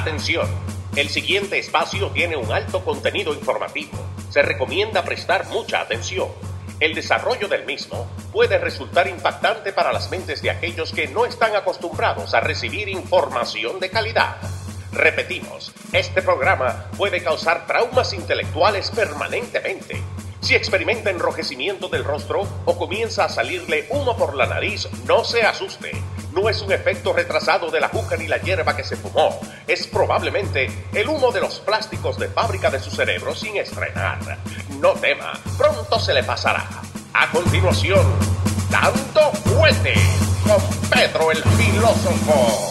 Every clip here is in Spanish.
Atención, el siguiente espacio tiene un alto contenido informativo. Se recomienda prestar mucha atención. El desarrollo del mismo puede resultar impactante para las mentes de aquellos que no están acostumbrados a recibir información de calidad. Repetimos, este programa puede causar traumas intelectuales permanentemente. Si experimenta enrojecimiento del rostro o comienza a salirle humo por la nariz, no se asuste. No es un efecto retrasado de la juca ni la hierba que se fumó. Es probablemente el humo de los plásticos de fábrica de su cerebro sin estrenar. No tema, pronto se le pasará. A continuación, Dando Fuerte con Pedro el Filósofo.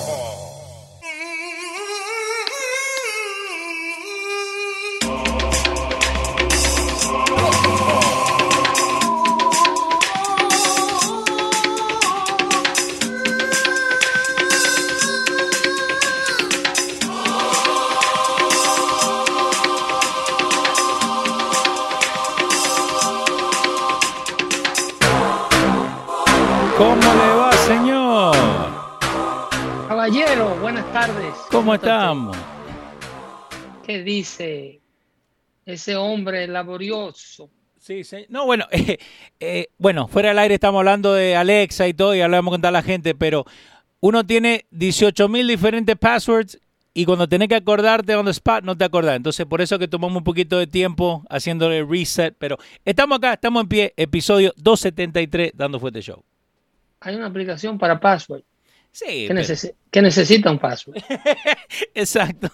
¿Cómo le va, señor? Caballero, buenas tardes. ¿Cómo estamos? ¿Qué dice ese hombre laborioso? Sí, sí. No, bueno, bueno, fuera del aire estamos hablando de Alexa y todo, y hablamos con toda la gente, pero uno tiene 18,000 diferentes passwords y cuando tenés que acordarte on the spot, no te acordás. Entonces, por eso que tomamos un poquito de tiempo haciéndole reset, pero estamos acá, estamos en pie, episodio 273, Dando Fuerte Show. Hay una aplicación para password. Sí. Que necesita un password. Exacto.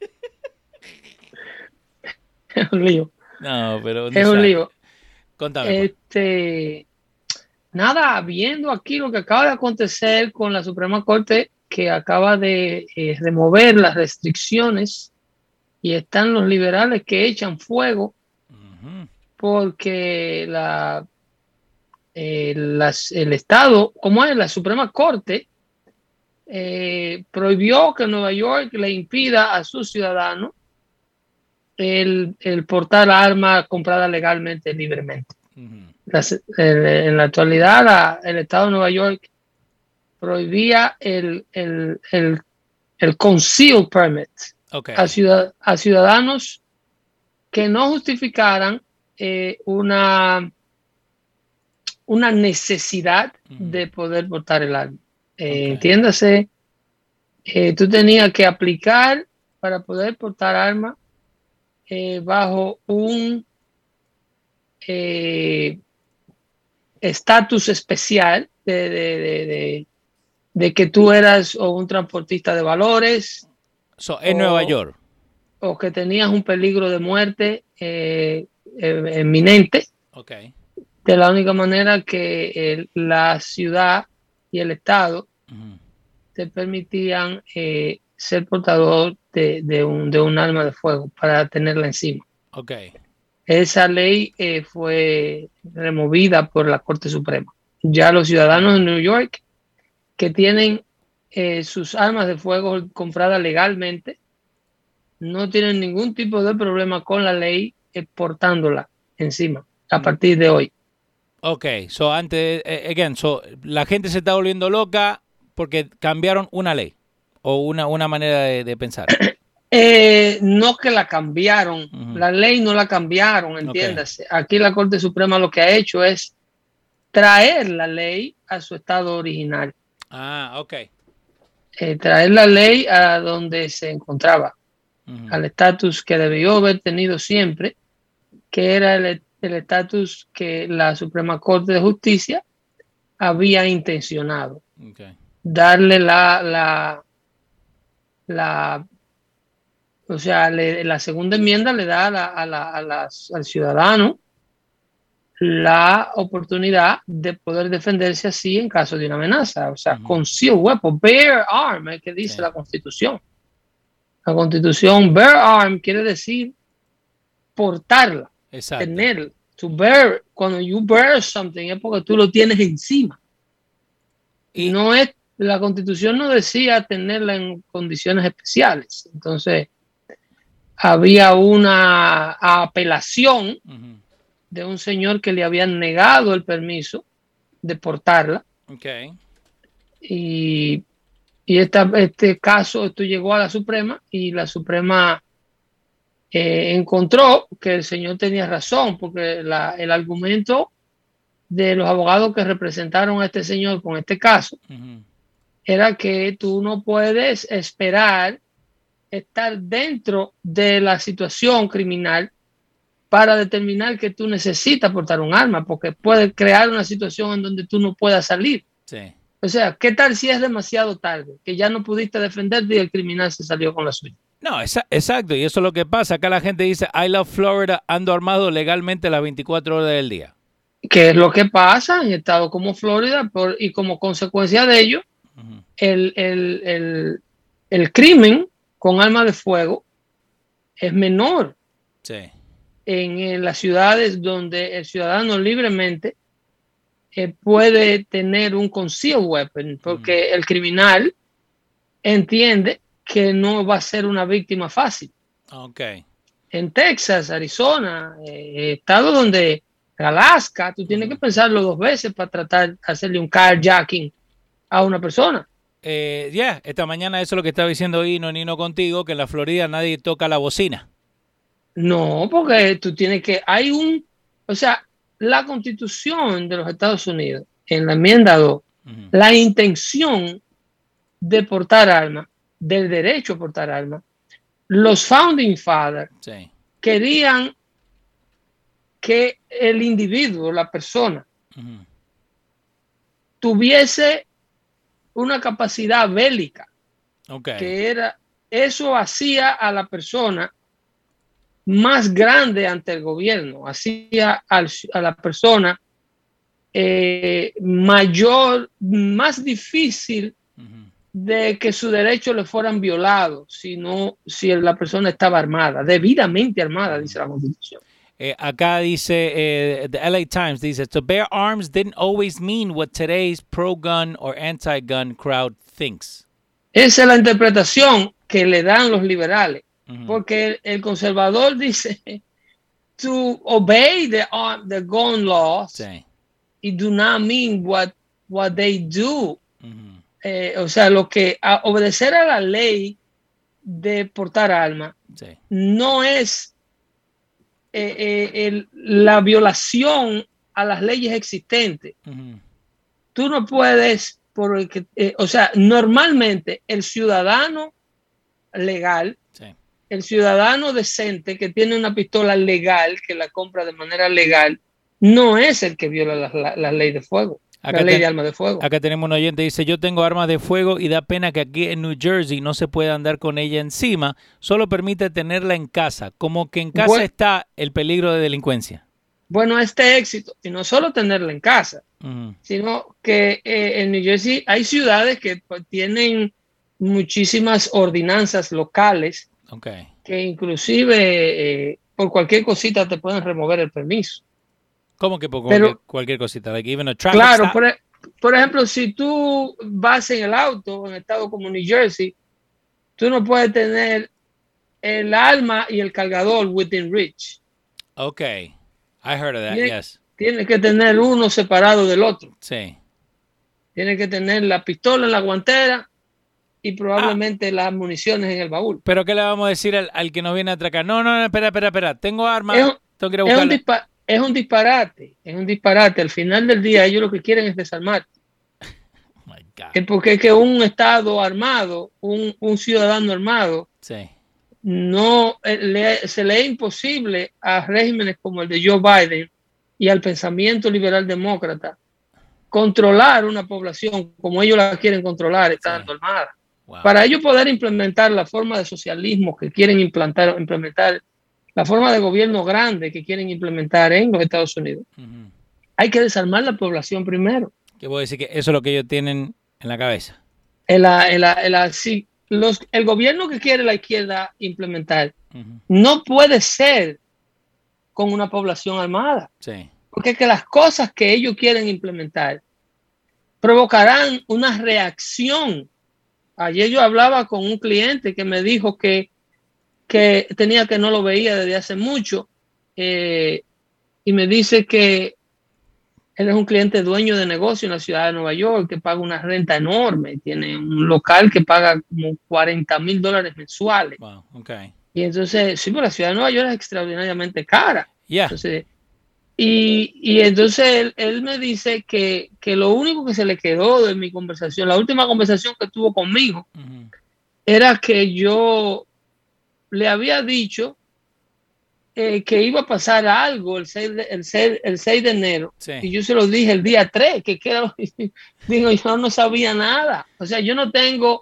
Es un lío. No, pero... Es un lío. Contame. Nada, viendo aquí lo que acaba de acontecer con la Suprema Corte, que acaba de remover las restricciones y están los liberales que echan fuego porque el Estado, como es la Suprema Corte, prohibió que Nueva York le impida a sus ciudadanos el portar armas compradas legalmente, libremente. En la actualidad, el Estado de Nueva York prohibía el concealed permit a ciudadanos que no justificaran una necesidad de poder portar el arma. Entiéndase, tú tenías que aplicar para poder portar arma bajo un estatus especial de que tú eras o un transportista de valores. En Nueva York. O que tenías un peligro de muerte inminente. Okay. De la única manera que la ciudad y el Estado te permitían ser portador de un arma de fuego para tenerla encima. Okay. Esa ley fue removida por la Corte Suprema. Ya los ciudadanos de New York que tienen sus armas de fuego compradas legalmente no tienen ningún tipo de problema con la ley portándola encima a partir de hoy. Ok, la gente se está volviendo loca porque cambiaron una ley o una manera de pensar. No que la cambiaron, la ley no la cambiaron, entiéndase. Okay. Aquí la Corte Suprema lo que ha hecho es traer la ley a su estado original. Ok. Traer la ley a donde se encontraba, al estatus que debió haber tenido siempre, que era el estatus que la Suprema Corte de Justicia había intencionado. Darle la segunda enmienda le da al ciudadano la oportunidad de poder defenderse así en caso de una amenaza. O sea, concealed weapon, bear arm, es que dice la Constitución. La Constitución, bear arm quiere decir portarla. Exacto. Tener, to bear, cuando you bear something es porque tú lo tienes encima. Y no es, la Constitución no decía tenerla en condiciones especiales. Entonces, había una apelación de un señor que le habían negado el permiso de portarla. Okay. Y Y este caso, esto llegó a la Suprema y la Suprema encontró que el señor tenía razón, porque el argumento de los abogados que representaron a este señor con este caso era que tú no puedes esperar estar dentro de la situación criminal para determinar que tú necesitas portar un arma, porque puede crear una situación en donde tú no puedas salir. Sí. O sea, ¿qué tal si es demasiado tarde? Que ya no pudiste defenderte y el criminal se salió con la suya. No, exacto, y eso es lo que pasa. Acá la gente dice, I love Florida, ando armado legalmente las 24 horas del día. ¿Qué es lo que pasa en estados como Florida? Y como consecuencia de ello, el crimen con arma de fuego es menor en las ciudades donde el ciudadano libremente puede tener un concealed weapon, porque el criminal entiende que no va a ser una víctima fácil. Okay. En Texas, Arizona, estados donde Alaska, tú tienes que pensarlo 2 veces para tratar de hacerle un carjacking a una persona. Esta mañana eso es lo que estaba diciendo Nino contigo, que en la Florida nadie toca la bocina. No, porque tú tienes que, o sea, la Constitución de los Estados Unidos, en la enmienda 2, la intención de portar armas, del derecho a portar armas, los Founding Fathers querían que el individuo, la persona, tuviese una capacidad bélica, que eso hacía a la persona más grande ante el gobierno, hacía a la persona mayor, más difícil de que sus derechos le fueran violados, si la persona estaba armada, debidamente armada, dice la Constitución. Acá dice, the LA Times dice, to bear arms didn't always mean what today's pro-gun or anti-gun crowd thinks. Esa es la interpretación que le dan los liberales, porque el conservador dice to obey the gun laws, it do not mean what they do. O sea, obedecer a la ley de portar armas no es la violación a las leyes existentes. Tú no puedes, o sea, normalmente el ciudadano legal, el ciudadano decente que tiene una pistola legal, que la compra de manera legal, no es el que viola la ley de fuego. La ley de armas de fuego. Acá tenemos un oyente, dice, yo tengo armas de fuego y da pena que aquí en New Jersey no se pueda andar con ella encima, solo permite tenerla en casa, como que en casa está el peligro de delincuencia. Bueno, este éxito, y no solo tenerla en casa, sino que en New Jersey hay ciudades que tienen muchísimas ordenanzas locales que inclusive por cualquier cosita te pueden remover el permiso. ¿Cómo que cualquier cosita? Like even a traffic claro, stop? por ejemplo, si tú vas en el auto en estado como New Jersey, tú no puedes tener el arma y el cargador within reach. Okay, I heard of that, yes. Tienes que tener uno separado del otro. Sí. Tienes que tener la pistola en la guantera y probablemente las municiones en el baúl. ¿Pero qué le vamos a decir al que nos viene a atracar? No, espera. Tengo armas, tengo que ir a buscarla. Es un disparate. Al final del día ellos lo que quieren es desarmar. Oh my God. Porque es que un estado armado, un ciudadano armado, no se le es imposible a regímenes como el de Joe Biden y al pensamiento liberal demócrata controlar una población como ellos la quieren controlar estando armada. Wow. Para ellos poder implementar la forma de socialismo que quieren implementar la forma de gobierno grande que quieren implementar en los Estados Unidos, hay que desarmar la población primero. ¿Qué puedo decir? Que eso es lo que ellos tienen en la cabeza. El gobierno que quiere la izquierda implementar no puede ser con una población armada. Porque es que las cosas que ellos quieren implementar provocarán una reacción. Ayer yo hablaba con un cliente que me dijo que tenía que no lo veía desde hace mucho y me dice que Él es un cliente dueño de negocio en la ciudad de Nueva York que paga una renta enorme. Tiene un local que paga como $40,000 mensuales. Wow, okay. Y entonces, sí, pero la ciudad de Nueva York es extraordinariamente cara. Yeah. Entonces, y entonces él me dice que lo único que se le quedó de mi conversación, la última conversación que tuvo conmigo, era que yo le había dicho que iba a pasar algo el 6 de enero. Sí. Y yo se lo dije el día 3, digo, yo no sabía nada. O sea, yo no tengo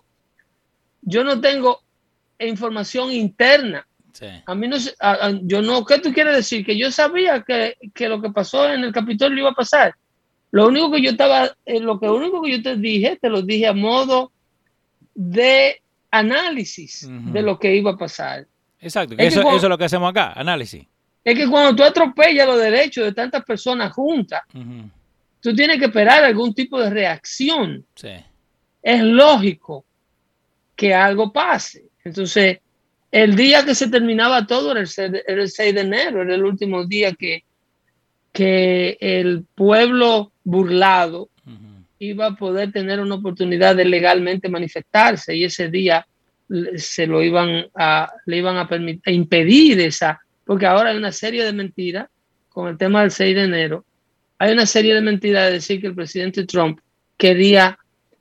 información interna. Sí. A mí no sé, yo no, ¿qué tú quieres decir? Que yo sabía que lo que pasó en el Capitolio iba a pasar. Lo único que yo te dije, te lo dije a modo de análisis de lo que iba a pasar. Exacto, eso es lo que hacemos acá, análisis. Es que cuando tú atropellas los derechos de tantas personas juntas, tú tienes que esperar algún tipo de reacción. Sí. Es lógico que algo pase. Entonces, el día que se terminaba todo era el 6 de enero, era el último día que el pueblo burlado iba a poder tener una oportunidad de legalmente manifestarse, y ese día le iban a impedir esa, porque ahora hay una serie de mentiras con el tema del 6 de enero. Hay una serie de mentiras de decir que el presidente Trump quería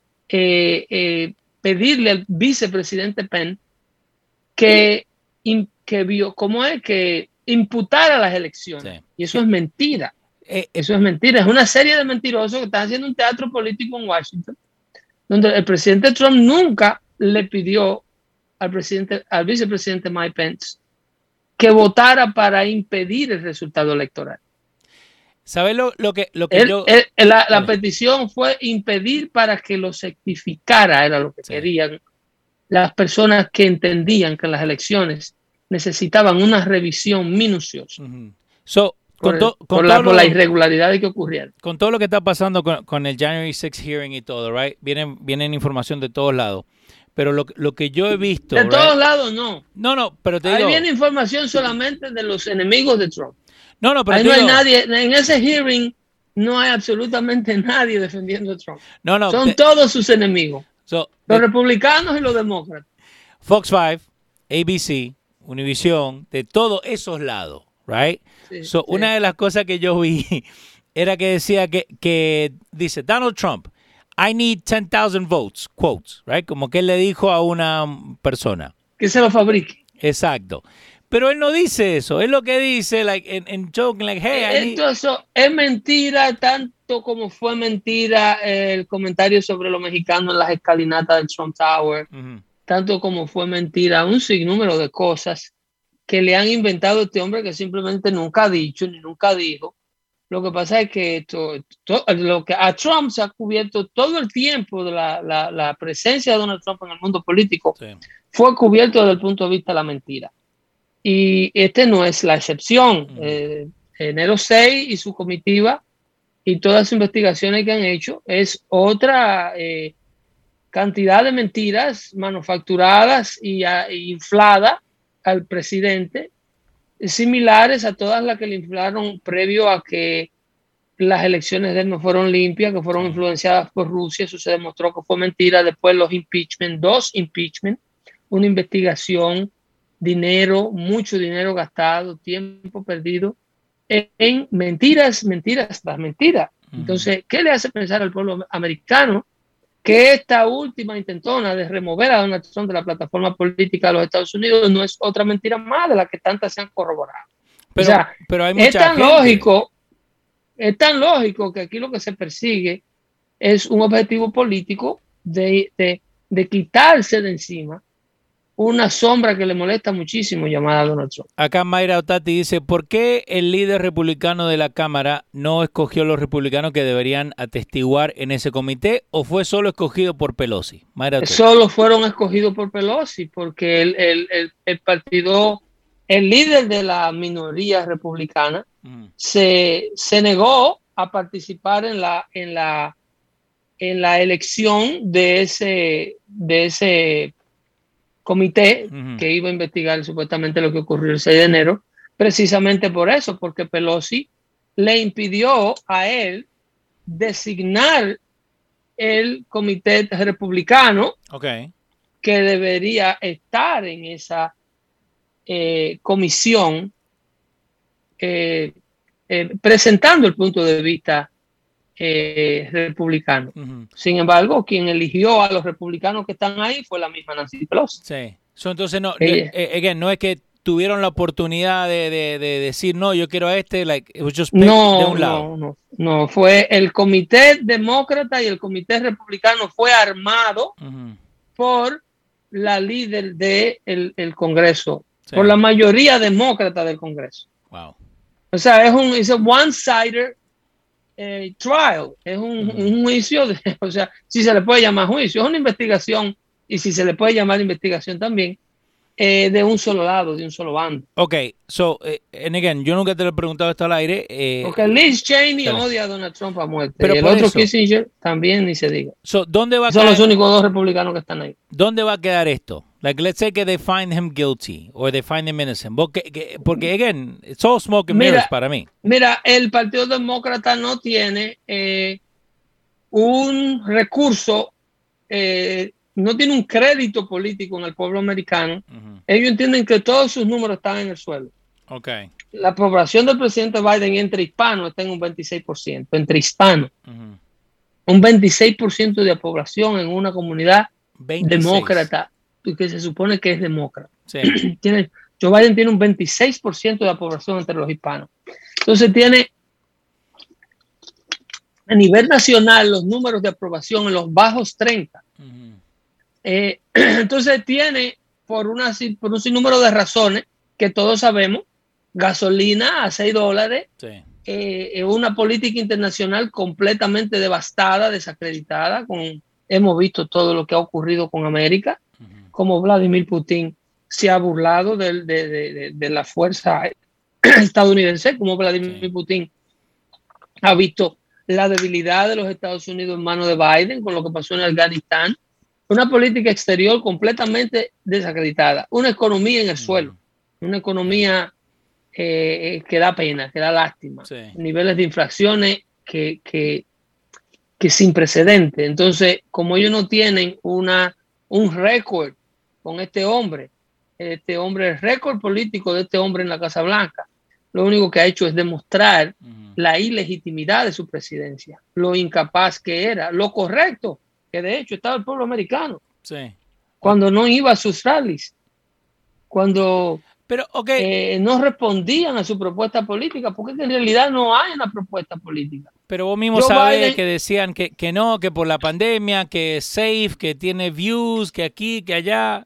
pedirle al vicepresidente Pence que imputara las elecciones. Sí. Y eso es mentira. Eso es mentira. Es una serie de mentirosos que están haciendo un teatro político en Washington, donde el presidente Trump nunca le pidió al vicepresidente Mike Pence que votara para impedir el resultado electoral. ¿Sabes lo que la petición fue impedir para que lo certificara, era lo que querían las personas que entendían que las elecciones necesitaban una revisión minuciosa por la irregularidad que ocurrieron. Con todo lo que está pasando con el January 6 hearing y todo, right? Vienen información de todos lados. Pero lo que yo he visto... De todos lados, no. No, pero te digo... Ahí viene información solamente de los enemigos de Trump. No, pero ahí no hay nadie, en ese hearing no hay absolutamente nadie defendiendo a Trump. Son todos sus enemigos. Los republicanos y los demócratas. Fox 5, ABC, Univision, de todos esos lados, right? Sí. Una de las cosas que yo vi era que decía que dice Donald Trump, I need 10,000 votes, quotes, right? Como que él le dijo a una persona. Que se lo fabrique. Exacto. Pero él no dice eso. Él lo que dice, like, en joking, like, hey, entonces, es mentira, tanto como fue mentira el comentario sobre los mexicanos en las escalinatas del Trump Tower, tanto como fue mentira un sinnúmero de cosas que le han inventado a este hombre que simplemente nunca ha dicho ni nunca dijo. Lo que pasa es que lo que a Trump se ha cubierto todo el tiempo de la presencia de Donald Trump en el mundo político, fue cubierto desde el punto de vista de la mentira. Y este no es la excepción. Enero 6 y su comitiva y todas las investigaciones que han hecho es otra cantidad de mentiras manufacturadas y infladas al presidente, similares a todas las que le inflaron previo a que las elecciones de él no fueron limpias, que fueron influenciadas por Rusia. Eso se demostró que fue mentira. Después los impeachment, 2 impeachment, una investigación, dinero, mucho dinero gastado, tiempo perdido en mentiras tras mentiras. Entonces, ¿qué le hace pensar al pueblo americano que esta última intentona de remover a Donald Trump de la plataforma política de los Estados Unidos no es otra mentira más de la que tantas se han corroborado? Pero hay mucha es tan lógico que aquí lo que se persigue es un objetivo político de quitarse de encima una sombra que le molesta muchísimo llamada Donald Trump. Acá Mayra Otati dice, ¿por qué el líder republicano de la Cámara no escogió a los republicanos que deberían atestiguar en ese comité, o fue solo escogido por Pelosi? Mayra Otati. Solo fueron escogidos por Pelosi porque el partido, el líder de la minoría republicana se negó a participar en la elección de ese comité que iba a investigar supuestamente lo que ocurrió el 6 de enero, precisamente por eso, porque Pelosi le impidió a él designar el comité republicano que debería estar en esa comisión presentando el punto de vista republicano. Sin embargo, quien eligió a los republicanos que están ahí fue la misma Nancy Pelosi. Sí. Entonces, no es que tuvieron la oportunidad de decir, no, yo quiero a este, like, it was just picked de un lado. No, fue el comité demócrata y el comité republicano fue armado por la líder del Congreso, por la mayoría demócrata del Congreso. Wow. O sea, es un one-sided trial, es un juicio, o sea, si se le puede llamar juicio, es una investigación, y si se le puede llamar investigación también, de un solo lado, de un solo bando. Ok, so, and again, yo nunca te lo he preguntado esto al aire. Porque Liz Cheney odia a Donald Trump a muerte. Pero y el otro Kissinger también ni se diga. So, ¿dónde va a Son los únicos dos republicanos que están ahí. ¿Dónde va a quedar esto? Like, let's say que they find him guilty or they find him innocent. Porque again, it's all smoke and mirrors para mí. Mira, el Partido Demócrata no tiene un recurso, no tiene un crédito político en el pueblo americano. Ellos entienden que todos sus números están en el suelo. Okay. La aprobación del presidente Biden entre hispanos está en un 26%, entre hispanos. Un 26% de aprobación en una comunidad 26. Demócrata, que se supone que es demócrata. Sí. Joe Biden tiene un 26% de aprobación entre los hispanos. Entonces tiene a nivel nacional los números de aprobación en los bajos 30. Entonces tiene por un sinnúmero de razones que todos sabemos, gasolina a $6, una política internacional completamente devastada, desacreditada, hemos visto todo lo que ha ocurrido con América, como Vladimir Putin se ha burlado de la fuerza estadounidense, como Vladimir Putin ha visto la debilidad de los Estados Unidos en manos de Biden con lo que pasó en Afganistán. Una política exterior completamente desacreditada, una economía en el suelo, una economía que da pena, que da lástima, niveles de infracciones que sin precedente. Entonces, como ellos no tienen un récord con este hombre, el récord político de este hombre en la Casa Blanca, lo único que ha hecho es demostrar la ilegitimidad de su presidencia, lo incapaz que era, lo correcto que de hecho estaba el pueblo americano cuando no iba a sus rallies, cuando no respondían a su propuesta política, porque en realidad no hay una propuesta política. Pero vos mismo sabés que decían que no, que por la pandemia, que es safe, que tiene views, que aquí, que allá.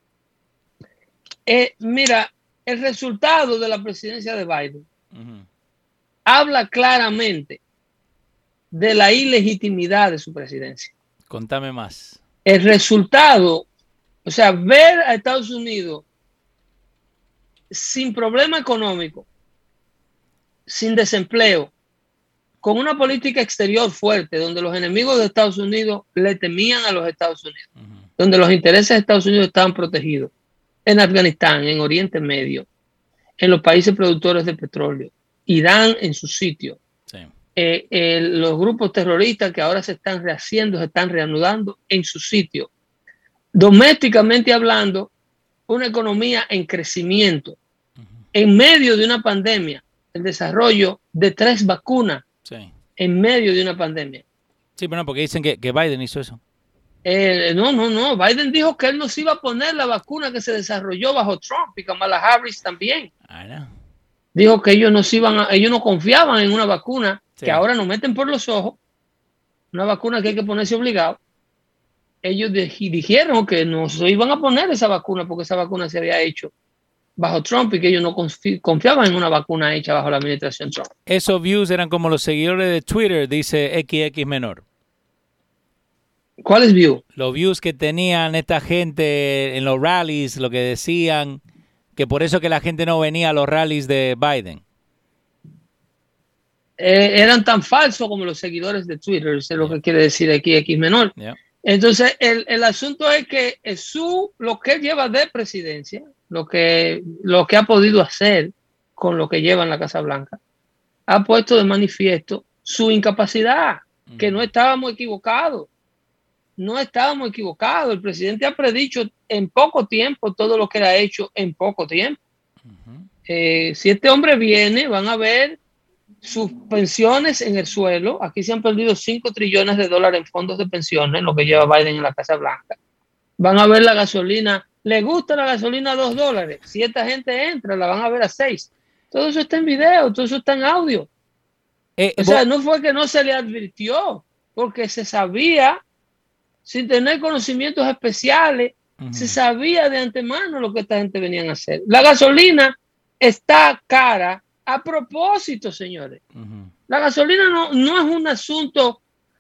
Mira, el resultado de la presidencia de Biden habla claramente de la ilegitimidad de su presidencia. Contame más. El resultado, o sea, ver a Estados Unidos sin problema económico, sin desempleo, con una política exterior fuerte, donde los enemigos de Estados Unidos le temían a los Estados Unidos, donde los intereses de Estados Unidos estaban protegidos, en Afganistán, en Oriente Medio, en los países productores de petróleo, Irán en su sitio. Los grupos terroristas que ahora se están rehaciendo, se están reanudando en su sitio. Domésticamente hablando, una economía en crecimiento. En medio de una pandemia, el desarrollo de 3 vacunas en medio de una pandemia. Sí, pero no, porque dicen que Biden hizo eso. No. Biden dijo que él no se iba a poner la vacuna que se desarrolló bajo Trump, y Kamala Harris también. Dijo que ellos no confiaban en una vacuna que ahora nos meten por los ojos, una vacuna que hay que ponerse obligado. Ellos dijeron que no se iban a poner esa vacuna porque esa vacuna se había hecho bajo Trump y que ellos no confiaban en una vacuna hecha bajo la administración Trump. Esos views eran como los seguidores de Twitter, dice XX menor. ¿Cuáles views? Los views que tenían esta gente en los rallies, lo que decían, que por eso que la gente no venía a los rallies de Biden. Eran tan falsos como los seguidores de Twitter, eso es lo que quiere decir aquí X menor. Entonces, el asunto es que lo que él lleva de presidencia, lo que ha podido hacer con lo que lleva en la Casa Blanca, ha puesto de manifiesto su incapacidad. que no estábamos equivocados. No estábamos equivocados. El presidente ha predicho en poco tiempo todo lo que él ha hecho en poco tiempo. Si este hombre viene, van a ver sus pensiones en el suelo. Aquí se han perdido 5 trillones de dólares en fondos de pensiones, lo que lleva Biden en la Casa Blanca. Van a ver la gasolina. ¿Le gusta la gasolina a $2? Si esta gente entra, la van a ver a 6. Todo eso está en video, todo eso está en audio. O sea, no fue que no se le advirtió, porque se sabía, sin tener conocimientos especiales, se sabía de antemano lo que esta gente venía a hacer. La gasolina está cara a propósito, señores. La gasolina no es un asunto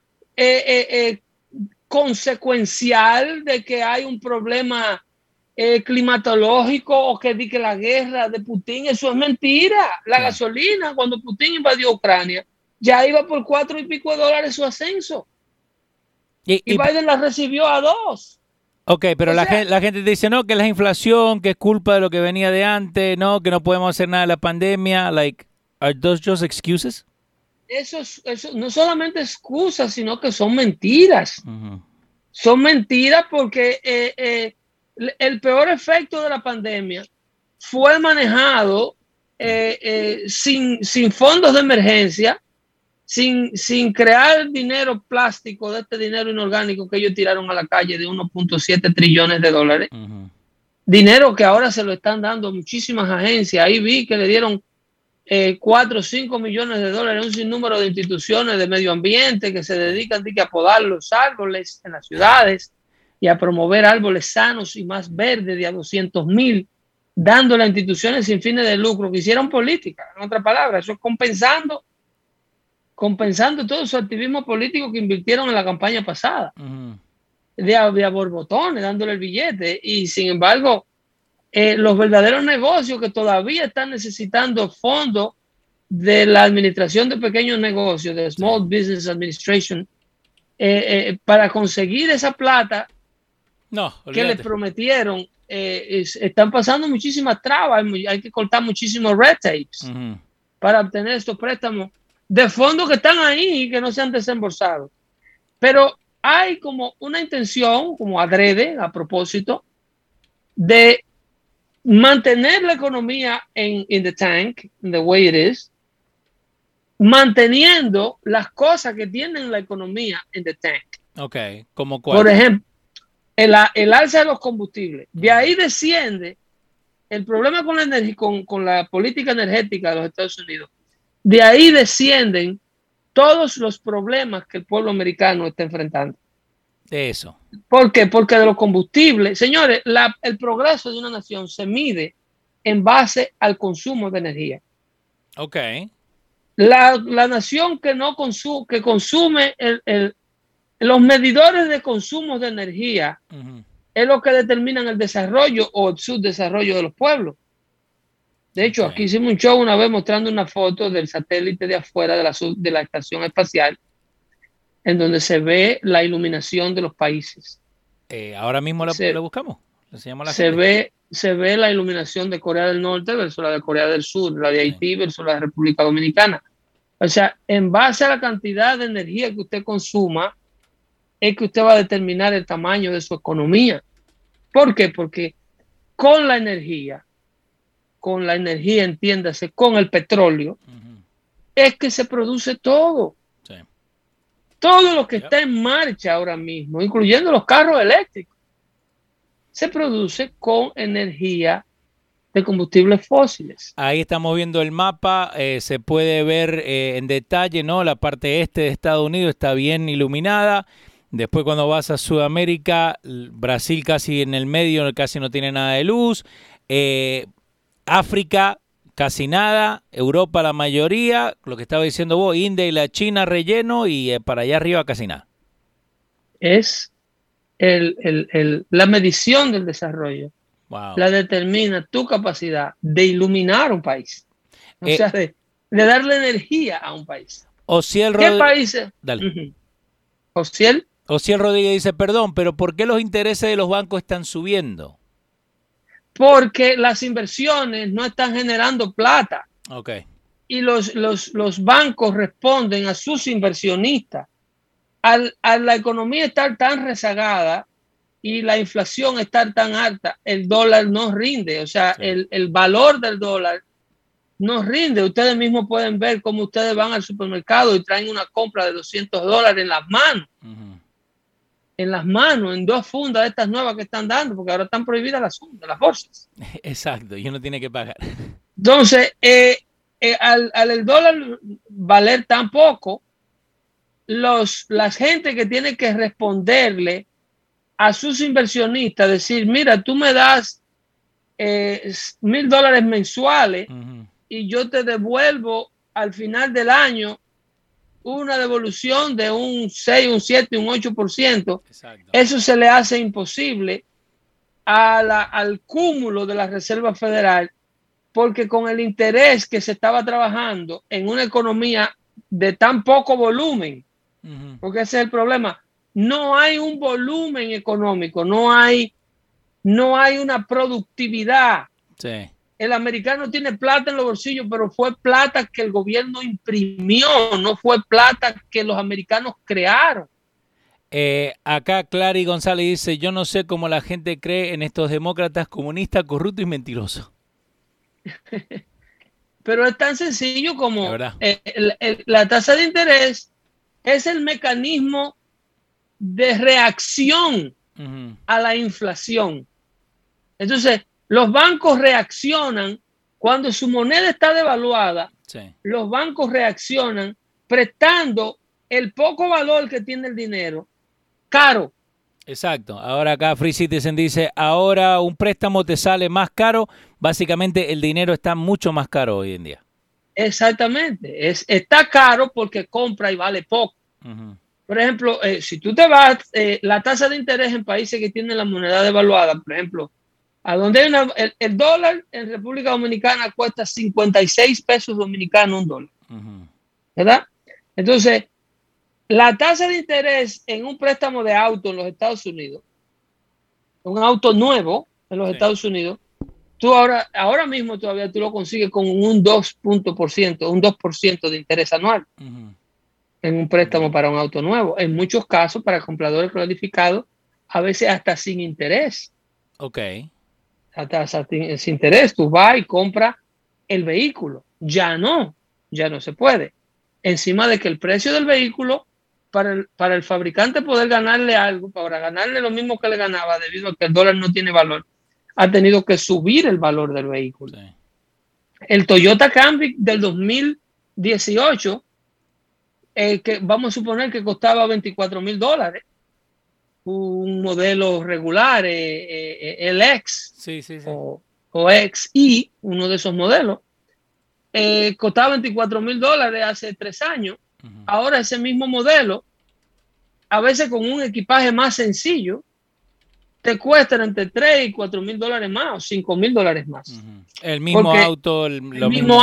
consecuencial de que hay un problema climatológico o que di que la guerra de Putin. Eso es mentira. La gasolina, cuando Putin invadió Ucrania, ya iba por $4 y pico su ascenso. Y Biden la recibió a 2. Ok, pero la gente dice, no, que es la inflación, que es culpa de lo que venía de antes, no, que no podemos hacer nada de la pandemia. Like, are those just excuses? Eso no solamente excusas, sino que son mentiras. Son mentiras porque el peor efecto de la pandemia fue manejado sin fondos de emergencia, sin crear dinero plástico, de este dinero inorgánico que ellos tiraron a la calle de 1.7 trillones de dólares. Dinero que ahora se lo están dando a muchísimas agencias. Ahí vi que le dieron 4 o 5 millones de dólares a un sinnúmero de instituciones de medio ambiente que se dedican a podar los árboles en las ciudades y a promover árboles sanos y más verdes de a 200,000, dándole a instituciones sin fines de lucro que hicieron política. En otras palabras, eso es compensando todo su activismo político que invirtieron en la campaña pasada. De a borbotones, dándole el billete. Y sin embargo, los verdaderos negocios que todavía están necesitando fondos de la administración de pequeños negocios, de Small Business Administration, para conseguir esa plata que les prometieron, están pasando muchísimas trabas. Hay que cortar muchísimos red tapes para obtener estos préstamos de fondos que están ahí y que no se han desembolsado. Pero hay como una intención, como adrede, a propósito, de mantener la economía in the tank, in the way it is, manteniendo las cosas que tienen la economía in the tank. Ok, ¿como cuál? Por ejemplo, el alza de los combustibles. De ahí desciende el problema con la política energética de los Estados Unidos. De ahí descienden todos los problemas que el pueblo americano está enfrentando. Eso. ¿Por qué? Porque de los combustibles, señores, el progreso de una nación se mide en base al consumo de energía. Ok. La nación que consume los medidores de consumo de energía es lo que determinan el desarrollo o el subdesarrollo de los pueblos. De hecho, aquí hicimos un show una vez mostrando una foto del satélite de afuera de la estación espacial, en donde se ve la iluminación de los países. Ahora mismo la buscamos. Se ve la iluminación de Corea del Norte versus la de Corea del Sur, la de Haití versus la de República Dominicana. O sea, en base a la cantidad de energía que usted consuma, es que usted va a determinar el tamaño de su economía. ¿Por qué? Porque con la energía, entiéndase, con el petróleo, es que se produce todo. Sí. Todo lo que está en marcha ahora mismo, incluyendo los carros eléctricos, se produce con energía de combustibles fósiles. Ahí estamos viendo el mapa, se puede ver en detalle, ¿no? La parte este de Estados Unidos está bien iluminada. Después cuando vas a Sudamérica, Brasil casi en el medio, casi no tiene nada de luz. África, casi nada. Europa, la mayoría. Lo que estaba diciendo vos, India y la China, relleno. Y para allá arriba, casi nada. Es la medición del desarrollo. Wow. La determina tu capacidad de iluminar un país. O sea, de darle energía a un país. ¿Qué países? Dale. Ociel Rodríguez dice, perdón, pero ¿por qué los intereses de los bancos están subiendo? Porque las inversiones no están generando plata. Okay. Y los bancos responden a sus inversionistas a la economía estar tan rezagada y la inflación estar tan alta, el dólar no rinde. O sea, sí, el valor del dólar no rinde. Ustedes mismos pueden ver cómo ustedes van al supermercado y traen una compra de $200 en las manos. En las manos, en 2 fundas de estas nuevas que están dando, porque ahora están prohibidas las fundas, las bolsas. Exacto, y uno tiene que pagar. Entonces, al el dólar valer tan poco, la gente que tiene que responderle a sus inversionistas, decir, mira, tú me das $1,000 mensuales y yo te devuelvo al final del año una devolución de un 6, un 7, un 8%. Exacto. Eso se le hace imposible al cúmulo de la Reserva Federal, porque con el interés que se estaba trabajando en una economía de tan poco volumen, porque ese es el problema, no hay un volumen económico, no hay una productividad. Sí. El americano tiene plata en los bolsillos, pero fue plata que el gobierno imprimió, no fue plata que los americanos crearon. Acá Clary González dice, yo no sé cómo la gente cree en estos demócratas comunistas, corruptos y mentirosos. Pero es tan sencillo como la tasa de interés es el mecanismo de reacción a la inflación. Entonces, los bancos reaccionan cuando su moneda está devaluada. Sí. Los bancos reaccionan prestando el poco valor que tiene el dinero caro. Exacto. Ahora acá Free Citizen dice, ahora un préstamo te sale más caro. Básicamente el dinero está mucho más caro hoy en día. Exactamente. Está caro porque compra y vale poco. Por ejemplo, si tú te vas, la tasa de interés en países que tienen la moneda devaluada, por ejemplo, a donde hay el dólar en República Dominicana cuesta 56 pesos dominicanos un dólar. ¿Verdad? Entonces, la tasa de interés en un préstamo de auto en los Estados Unidos, un auto nuevo en los Estados Unidos, tú ahora mismo todavía tú lo consigues con un 2% de interés anual en un préstamo para un auto nuevo. En muchos casos, para compradores cualificados, a veces hasta sin interés. Ok. Hasta sin interés, tú vas y compras el vehículo. Ya no se puede. Encima de que el precio del vehículo, para el fabricante poder ganarle algo, para ganarle lo mismo que le ganaba, debido a que el dólar no tiene valor, ha tenido que subir el valor del vehículo. Sí. El Toyota Camry del 2018, que vamos a suponer que costaba $24,000, un modelo regular, el X, sí. o XI, uno de esos modelos, costaba $24,000 hace 3 años. Ahora ese mismo modelo, a veces con un equipaje más sencillo, te cuesta entre $3,000 y $4,000 más o $5,000 más. El mismo auto, el mismo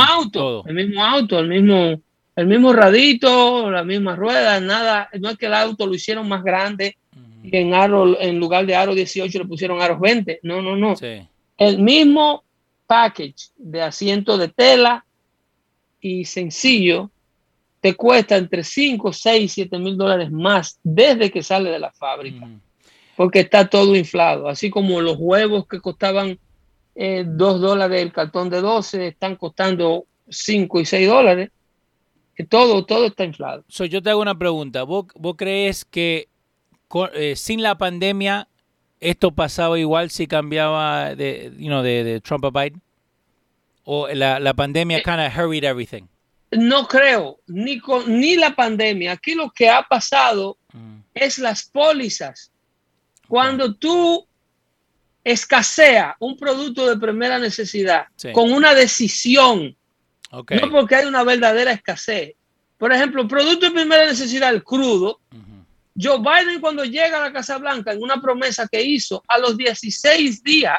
radito, la misma rueda, nada. No es que el auto lo hicieron más grande y en lugar de aro 18 le pusieron aros 20. No. Sí. El mismo package de asiento de tela y sencillo te cuesta entre 5, 6, 7 mil dólares más desde que sale de la fábrica. Porque está todo inflado. Así como los huevos que costaban $2 el cartón de 12 están costando 5 y 6 dólares. Todo está inflado. Yo te hago una pregunta. ¿Vos crees que sin la pandemia esto pasaba igual si cambiaba de Trump a Biden? ¿O la pandemia kind of hurried everything? No creo, ni la pandemia. Aquí lo que ha pasado es las pólizas. Cuando tú escasea un producto de primera necesidad con una decisión, no porque hay una verdadera escasez. Por ejemplo, producto de primera necesidad, el crudo. Joe Biden, cuando llega a la Casa Blanca, en una promesa que hizo, a los 16 días,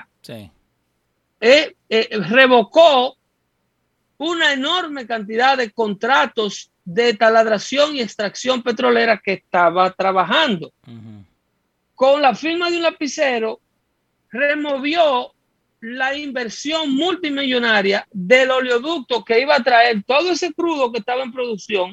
revocó una enorme cantidad de contratos de taladración y extracción petrolera que estaba trabajando. Con la firma de un lapicero, removió la inversión multimillonaria del oleoducto que iba a traer todo ese crudo que estaba en producción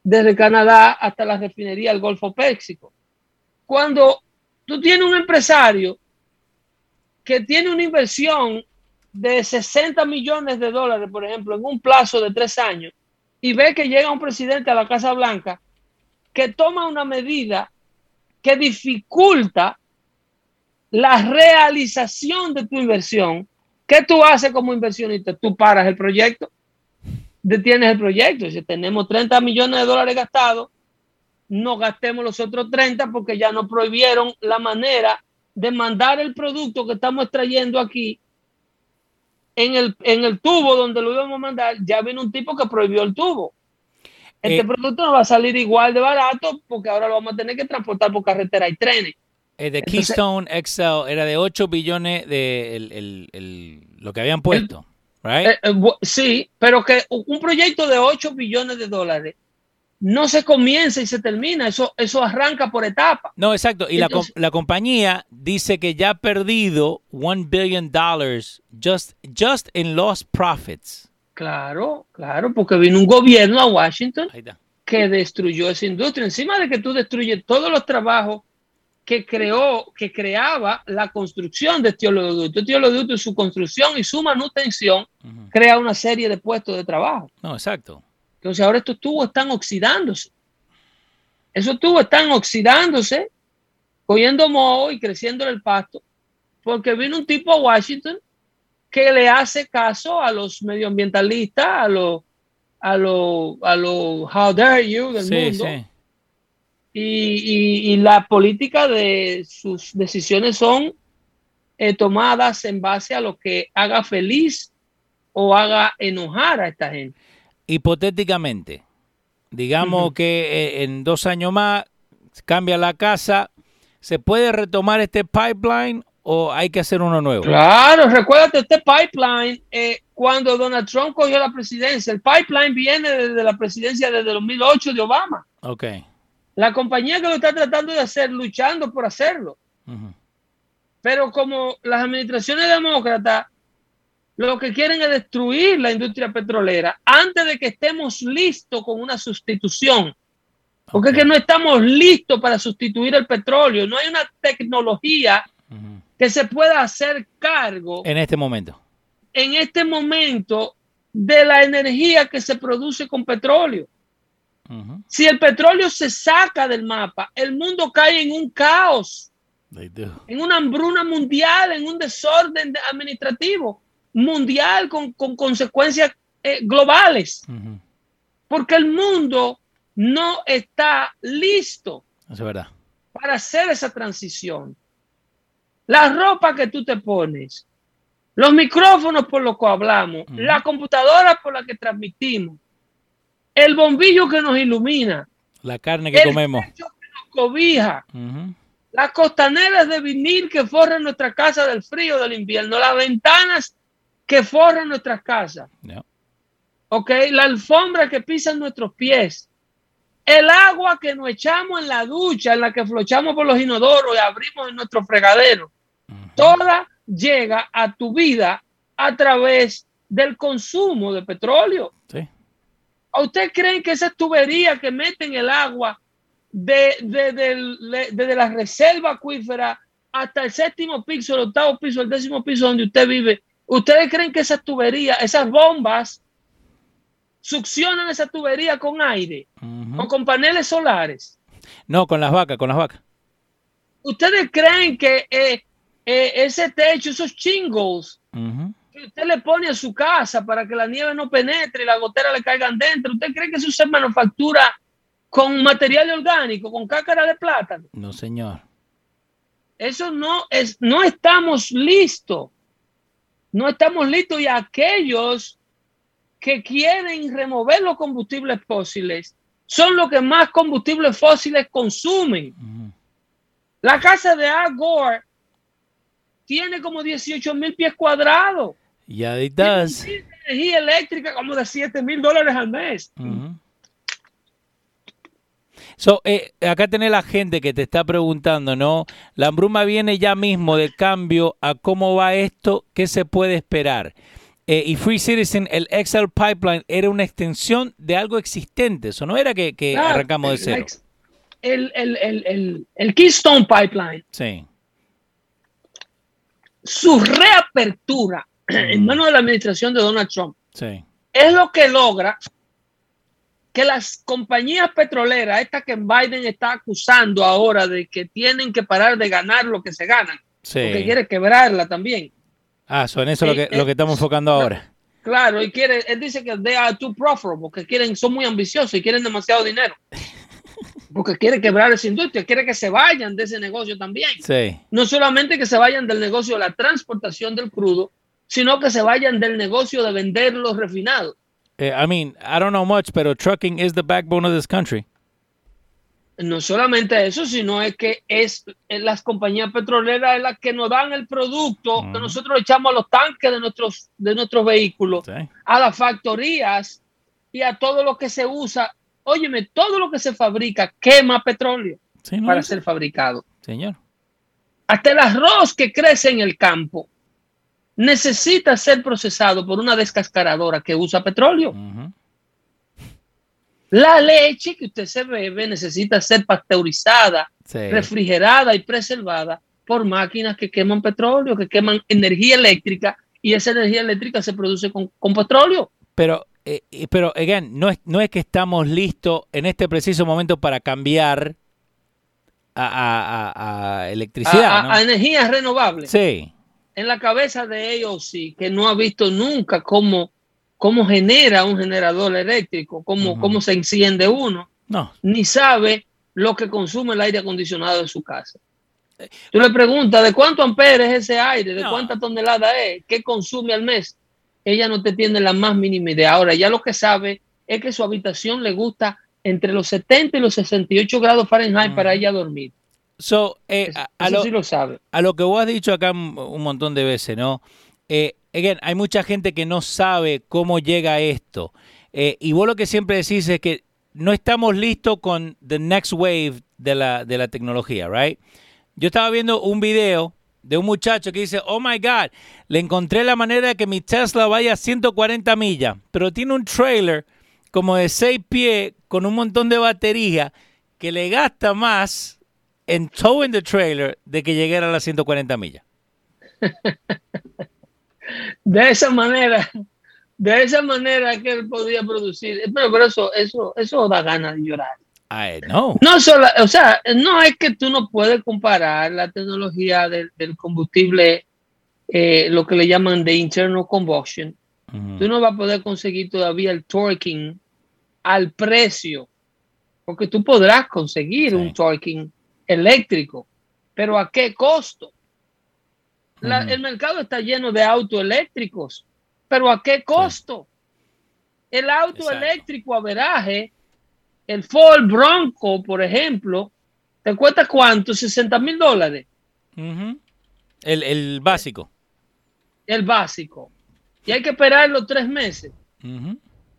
desde Canadá hasta la refinería del Golfo Pérsico. Cuando tú tienes un empresario que tiene una inversión de 60 millones de dólares, por ejemplo, en un plazo de 3 años, y ve que llega un presidente a la Casa Blanca que toma una medida que dificulta la realización de tu inversión, ¿qué tú haces como inversionista? Tú paras el proyecto, detienes el proyecto. Si tenemos 30 millones de dólares gastados, no gastemos los otros 30 porque ya nos prohibieron la manera de mandar el producto que estamos extrayendo aquí en el tubo donde lo íbamos a mandar. Ya vino un tipo que prohibió el tubo. Este producto no va a salir igual de barato porque ahora lo vamos a tener que transportar por carretera y trenes. De Keystone XL era de 8 billones lo que habían puesto, right? Sí, pero que un proyecto de 8 billones de dólares no se comienza y se termina, eso arranca por etapas. No, exacto, y entonces, la compañía dice que ya ha perdido $1 billion just in lost profits. Claro, porque vino un gobierno a Washington que destruyó esa industria. Encima de que tú destruyes todos los trabajos que creaba la construcción de este oleoducto. Este oleoducto y su construcción y su manutención crea una serie de puestos de trabajo. No, exacto. Entonces ahora estos tubos están oxidándose. Esos tubos están oxidándose, cogiendo moho y creciendo en el pasto, porque vino un tipo a Washington que le hace caso a los medioambientalistas, a los how dare you del mundo. Sí. Y la política de sus decisiones son tomadas en base a lo que haga feliz o haga enojar a esta gente. Hipotéticamente, digamos que en 2 años más cambia la casa, ¿se puede retomar este pipeline o hay que hacer uno nuevo? Claro, recuérdate, este pipeline, cuando Donald Trump cogió la presidencia, el pipeline viene desde la presidencia desde 2008 de Obama. Ok. La compañía que lo está tratando de hacer, luchando por hacerlo. Pero como las administraciones demócratas lo que quieren es destruir la industria petrolera antes de que estemos listos con una sustitución. Porque es que no estamos listos para sustituir el petróleo. No hay una tecnología que se pueda hacer cargo en este momento de la energía que se produce con petróleo. Si el petróleo se saca del mapa, el mundo cae en un caos, en una hambruna mundial, en un desorden administrativo mundial con consecuencias globales. Porque el mundo no está listo para hacer esa transición. La ropa que tú te pones, los micrófonos por los que hablamos, la computadora por la que transmitimos, el bombillo que nos ilumina, la carne que comemos, el techo que nos cobija, las costaneras de vinil que forran nuestra casa del frío del invierno, las ventanas que forran nuestras casas, la alfombra que pisan nuestros pies, el agua que nos echamos en la ducha, en la que flochamos por los inodoros y abrimos en nuestro fregadero, toda llega a tu vida a través del consumo de petróleo. Sí. ¿A ustedes creen que esas tuberías que meten el agua desde la reserva acuífera hasta el 7º piso, el 8º piso, el 10º piso donde usted vive, ustedes creen que esas tuberías, esas bombas, succionan esa tubería con aire o con paneles solares? No, con las vacas. ¿Ustedes creen que ese techo, esos shingles que usted le pone a su casa para que la nieve no penetre y las goteras le caigan dentro, ¿usted cree que eso se manufactura con material orgánico, con cáscara de plátano? No, señor. Eso no estamos listos. No estamos listos, y aquellos que quieren remover los combustibles fósiles son los que más combustibles fósiles consumen. La casa de Al Gore tiene como 18,000 pies cuadrados. Yeah, it does. Tiene energía eléctrica como de $7,000 al mes. Acá tenés la gente que te está preguntando, ¿no? La hambruna viene ya mismo de cambio a cómo va esto, qué se puede esperar. y Free Citizen, el XL Pipeline era una extensión de algo existente. Eso no era que arrancamos de cero. El Keystone Pipeline. Sí. Su reapertura en manos de la administración de Donald Trump Sí. es lo que logra que las compañías petroleras, estas que Biden está acusando ahora de que tienen que parar de ganar lo que se ganan, Sí. porque quiere quebrarla también. En eso es lo que estamos enfocando ahora. Claro, y él dice que they are too profitable, porque son muy ambiciosos y quieren demasiado dinero. Porque quiere quebrar esa industria, quiere que se vayan de ese negocio también. Sí. No solamente que se vayan del negocio de la transportación del crudo, sino que se vayan del negocio de vender los refinados. I don't know much, pero trucking is the backbone of this country. No solamente eso, sino es que es las compañías petroleras las que nos dan el producto que nosotros echamos a los tanques de nuestros vehículos, Sí. a las factorías y a todo lo que se usa. Óyeme, todo lo que se fabrica quema petróleo para ser fabricado. Señor. Hasta el arroz que crece en el campo necesita ser procesado por una descascaradora que usa petróleo. Uh-huh. La leche que usted se bebe necesita ser pasteurizada, Sí. refrigerada y preservada por máquinas que queman petróleo, que queman energía eléctrica, y esa energía eléctrica se produce con petróleo. Pero again, no es que estamos listos en este preciso momento para cambiar a electricidad, ¿no? A energías renovables. Sí. En la cabeza de ellos sí, que no ha visto nunca cómo genera un generador eléctrico, cómo se enciende uno, No. ni sabe lo que consume el aire acondicionado de su casa. Tú le preguntas de cuánto amperes es ese aire, de cuántas toneladas es, qué consume al mes. Ella no te tiene la más mínima idea. Ahora, ya lo que sabe es que su habitación le gusta entre los 70 y los 68 grados Fahrenheit para ella dormir. Eso sí lo sabe. A lo que vos has dicho acá un montón de veces, ¿no? Again, hay mucha gente que no sabe cómo llega esto. Y vos lo que siempre decís es que no estamos listos con the next wave de la tecnología, right? Yo estaba viendo un video de un muchacho que dice, oh my God, le encontré la manera de que mi Tesla vaya a 140 millas, pero tiene un trailer como de 6 pies con un montón de batería que le gasta más en towing the trailer de que llegara a las 140 millas. De esa manera que él podía producir. Pero eso da ganas de llorar. I know. No es que tú no puedes comparar la tecnología del combustible, lo que le llaman de internal combustion. Uh-huh. Tú no vas a poder conseguir todavía el torquing al precio, porque tú podrás conseguir un torquing eléctrico, pero ¿a qué costo? El mercado está lleno de autos eléctricos, pero ¿a qué costo? Sí. El auto eléctrico averaje, el Ford Bronco, por ejemplo, ¿te cuesta cuánto? $60,000. Uh-huh. El básico. El básico. Y hay que esperarlo 3 meses. Uh-huh.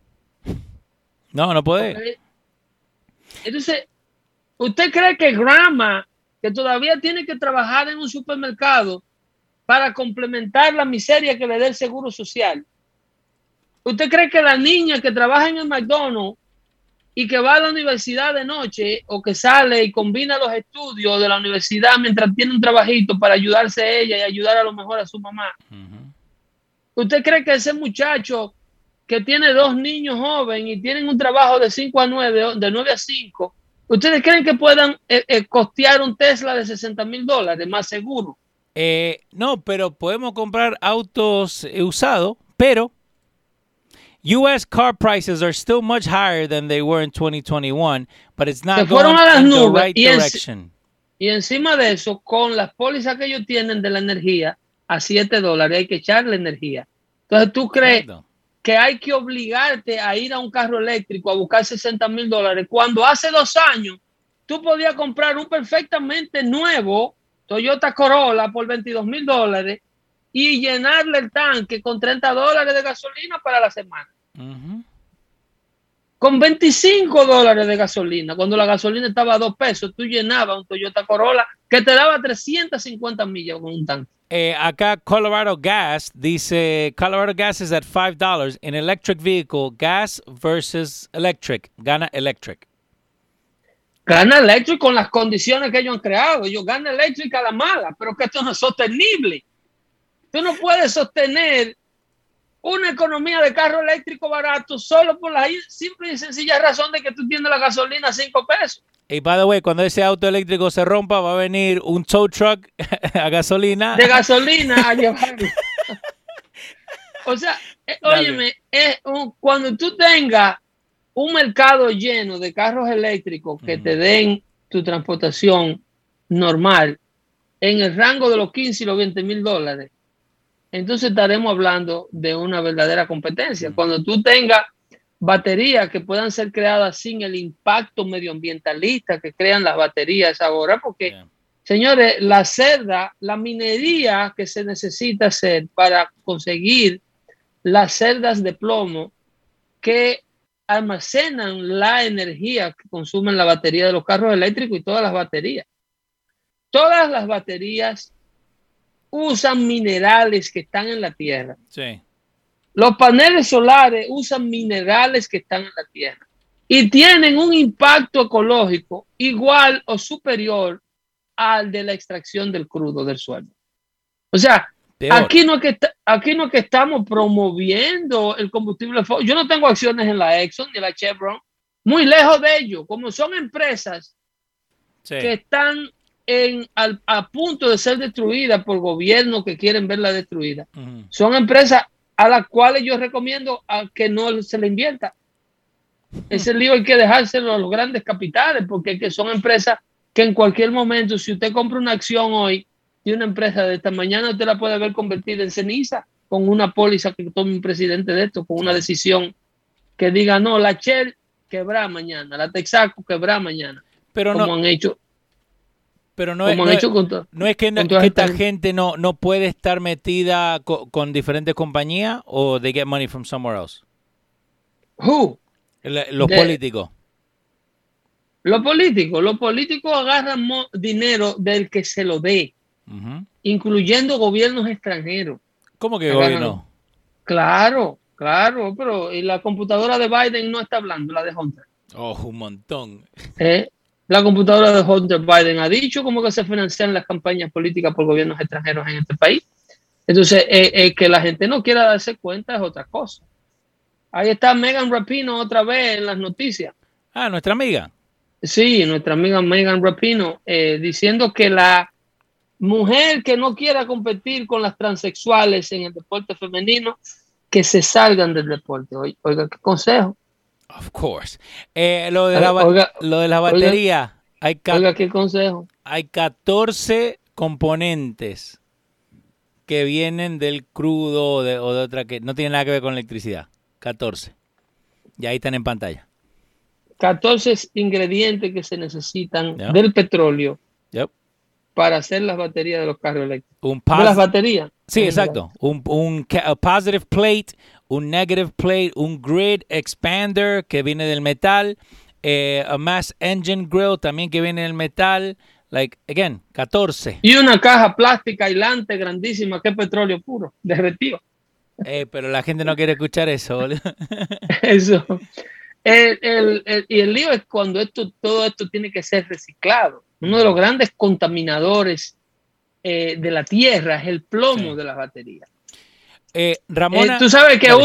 No puede. Okay. Entonces, ¿usted cree que Grandma, que todavía tiene que trabajar en un supermercado para complementar la miseria que le dé el seguro social? ¿Usted cree que la niña que trabaja en el McDonald's y que va a la universidad de noche o que sale y combina los estudios de la universidad mientras tiene un trabajito para ayudarse ella y ayudar a lo mejor a su mamá? Uh-huh. ¿Usted cree que ese muchacho que tiene 2 niños jóvenes y tienen un trabajo de 5 a 9, de 9 a 5, ¿ustedes creen que puedan costear un Tesla de $60,000 más seguro? No, pero podemos comprar autos usados, pero U.S. car prices are still much higher than they were in 2021, but it's not going in the right direction. Y encima de eso, con las pólizas que ellos tienen de la energía a $7, hay que echarle energía. Entonces, ¿tú crees que hay que obligarte a ir a un carro eléctrico a buscar $60,000 cuando hace 2 años tú podías comprar un perfectamente nuevo Toyota Corolla por $22,000 y llenarle el tanque con $30 de gasolina para la semana? Uh-huh. Con $25 de gasolina, cuando la gasolina estaba a $2, tú llenabas un Toyota Corolla que te daba 350 millas con un tanque. Acá Colorado Gas dice, Colorado Gas is at $5 in electric vehicle, gas versus electric. Gana electric. Gana Electric con las condiciones que ellos han creado. Ellos ganan Electric a la mala, pero que esto no es sostenible. Tú no puedes sostener una economía de carro eléctrico barato solo por la simple y sencilla razón de que tú tienes la gasolina a $5. Y by the way, cuando ese auto eléctrico se rompa, va a venir un tow truck a gasolina. De gasolina a llevarlo. O sea, óyeme, cuando tú tengas un mercado lleno de carros eléctricos que te den tu transportación normal en el rango de los 15 y los $20,000, entonces estaremos hablando de una verdadera competencia. Cuando tú tengas baterías que puedan ser creadas sin el impacto medioambientalista que crean las baterías ahora, porque, señores, la minería que se necesita hacer para conseguir las celdas de plomo que almacenan la energía que consumen la batería de los carros eléctricos y todas las baterías. Todas las baterías usan minerales que están en la tierra. Sí. Los paneles solares usan minerales que están en la tierra y tienen un impacto ecológico igual o superior al de la extracción del crudo del suelo. O sea, aquí no es que estamos promoviendo el combustible. Yo no tengo acciones en la Exxon ni la Chevron, muy lejos de ello, como son empresas que están a punto de ser destruidas por gobiernos que quieren verla destruida. Son empresas a las cuales yo recomiendo a que no se le invierta. Ese lío hay que dejárselo a los grandes capitales, porque que son empresas que en cualquier momento, si usted compra una acción hoy de una empresa de esta mañana, usted la puede ver convertida en ceniza con una póliza que tome un presidente de esto, con una decisión que diga, no, la Shell quebrá mañana, la Texaco quebrá mañana. Pero como no han hecho. Pero no es que esta gente no puede estar metida con diferentes compañías, o they get money from somewhere else. Who? Los políticos. Los políticos agarran dinero del que se lo dé, incluyendo gobiernos extranjeros. ¿Cómo que gobierno? Claro, pero y la computadora de Biden no está hablando, la de Hunter. Oh, un montón. La computadora de Hunter Biden ha dicho cómo que se financian las campañas políticas por gobiernos extranjeros en este país. Entonces, que la gente no quiera darse cuenta es otra cosa. Ahí está Megan Rapinoe otra vez en las noticias. Ah, nuestra amiga. Sí, nuestra amiga Megan Rapinoe, diciendo que la mujer que no quiera competir con las transexuales en el deporte femenino, que se salgan del deporte. Oiga, qué consejo. Of course. Lo de la batería. Oiga, qué consejo. Hay 14 componentes que vienen del crudo o de otra que no tienen nada que ver con electricidad. 14. Y ahí están en pantalla. 14 ingredientes que se necesitan del petróleo para hacer las baterías de los carros eléctricos. ¿De las baterías? Sí, exacto. Un positive plate, un negative plate, un grid expander que viene del metal, a mass engine grill también que viene del metal. Like, again, 14. Y una caja plástica aislante grandísima que es petróleo puro, derretido. Pero la gente no quiere escuchar eso, boludo. Eso. Y el lío es cuando todo esto tiene que ser reciclado. Uno de los grandes contaminadores de la tierra es el plomo de las baterías. Ramona, tú sabes que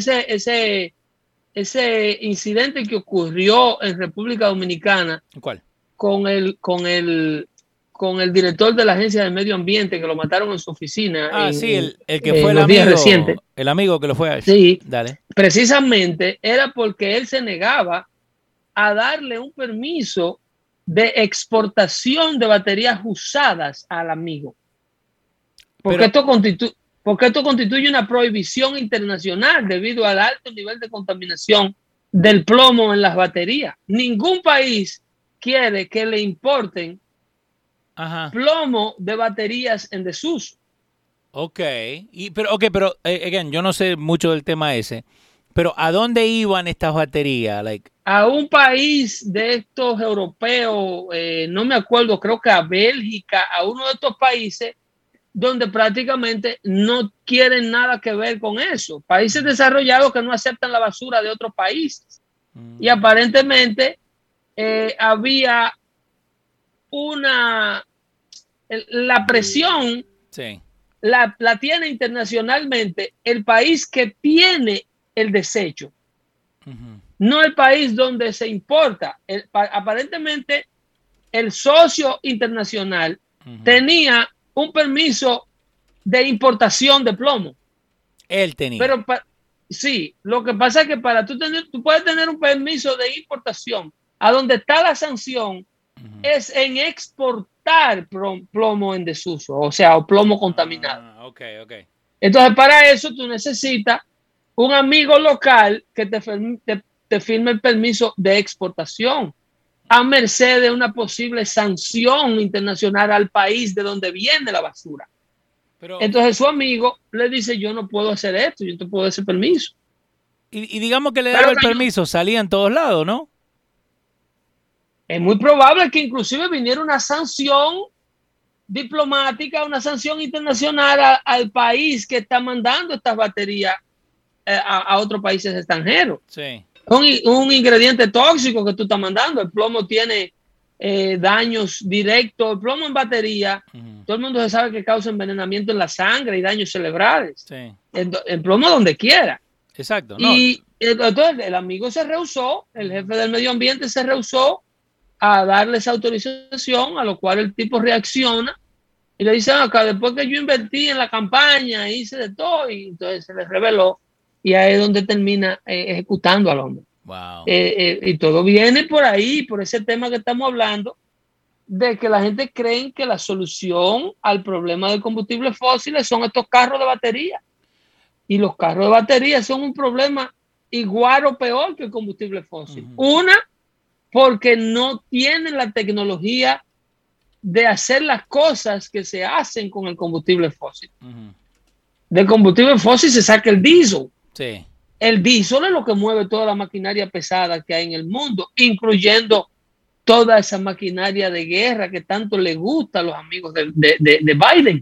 ese incidente que ocurrió en República Dominicana. ¿Cuál? Con el director de la Agencia de Medio Ambiente, que lo mataron en su oficina. Sí, el que fue el amigo reciente. El amigo que lo fue a... Sí, dale. Precisamente era porque él se negaba a darle un permiso de exportación de baterías usadas al amigo. Porque esto constituye una prohibición internacional debido al alto nivel de contaminación del plomo en las baterías. Ningún país quiere que le importen plomo de baterías en desuso. Pero again, yo no sé mucho del tema ese, pero ¿a dónde iban estas baterías? A un país de estos europeos, no me acuerdo, creo que a Bélgica, a uno de estos países donde prácticamente no quieren nada que ver con eso. Países desarrollados que no aceptan la basura de otros países. Y aparentemente había la presión, Sí. la tiene internacionalmente el país que tiene el desecho, no el país donde se importa. Aparentemente el socio internacional tenía un permiso de importación de plomo. Él tenía. Pero sí, lo que pasa es que para tú puedes tener un permiso de importación, a donde está la sanción es en exportar plomo en desuso, o sea, o plomo contaminado. Okay. Entonces, para eso tú necesitas un amigo local que te firme el permiso de exportación, a merced de una posible sanción internacional al país de donde viene la basura. Pero, entonces su amigo le dice, yo no puedo hacer esto, yo no te puedo dar ese permiso. Y digamos que le daba el permiso, salía en todos lados, ¿no? Es muy probable que inclusive viniera una sanción diplomática, una sanción internacional al país que está mandando estas baterías a otros países extranjeros. Sí. Un ingrediente tóxico que tú estás mandando. El plomo tiene daños directos. El plomo en batería, todo el mundo se sabe que causa envenenamiento en la sangre y daños cerebrales. Sí. El plomo donde quiera. Exacto. No. Y entonces el amigo se rehusó, el jefe del medio ambiente se rehusó a darle esa autorización, a lo cual el tipo reacciona y le dice, acá después que yo invertí en la campaña, hice de todo, y entonces se le reveló, y ahí es donde termina ejecutando al hombre. Wow. Y todo viene por ahí, por ese tema que estamos hablando, de que la gente cree que la solución al problema del combustible fósil son estos carros de batería. Y los carros de batería son un problema igual o peor que el combustible fósil. Una, porque no tienen la tecnología de hacer las cosas que se hacen con el combustible fósil. Del combustible fósil se saca el diésel. Sí. El diésel es lo que mueve toda la maquinaria pesada que hay en el mundo, incluyendo toda esa maquinaria de guerra que tanto le gusta a los amigos de Biden.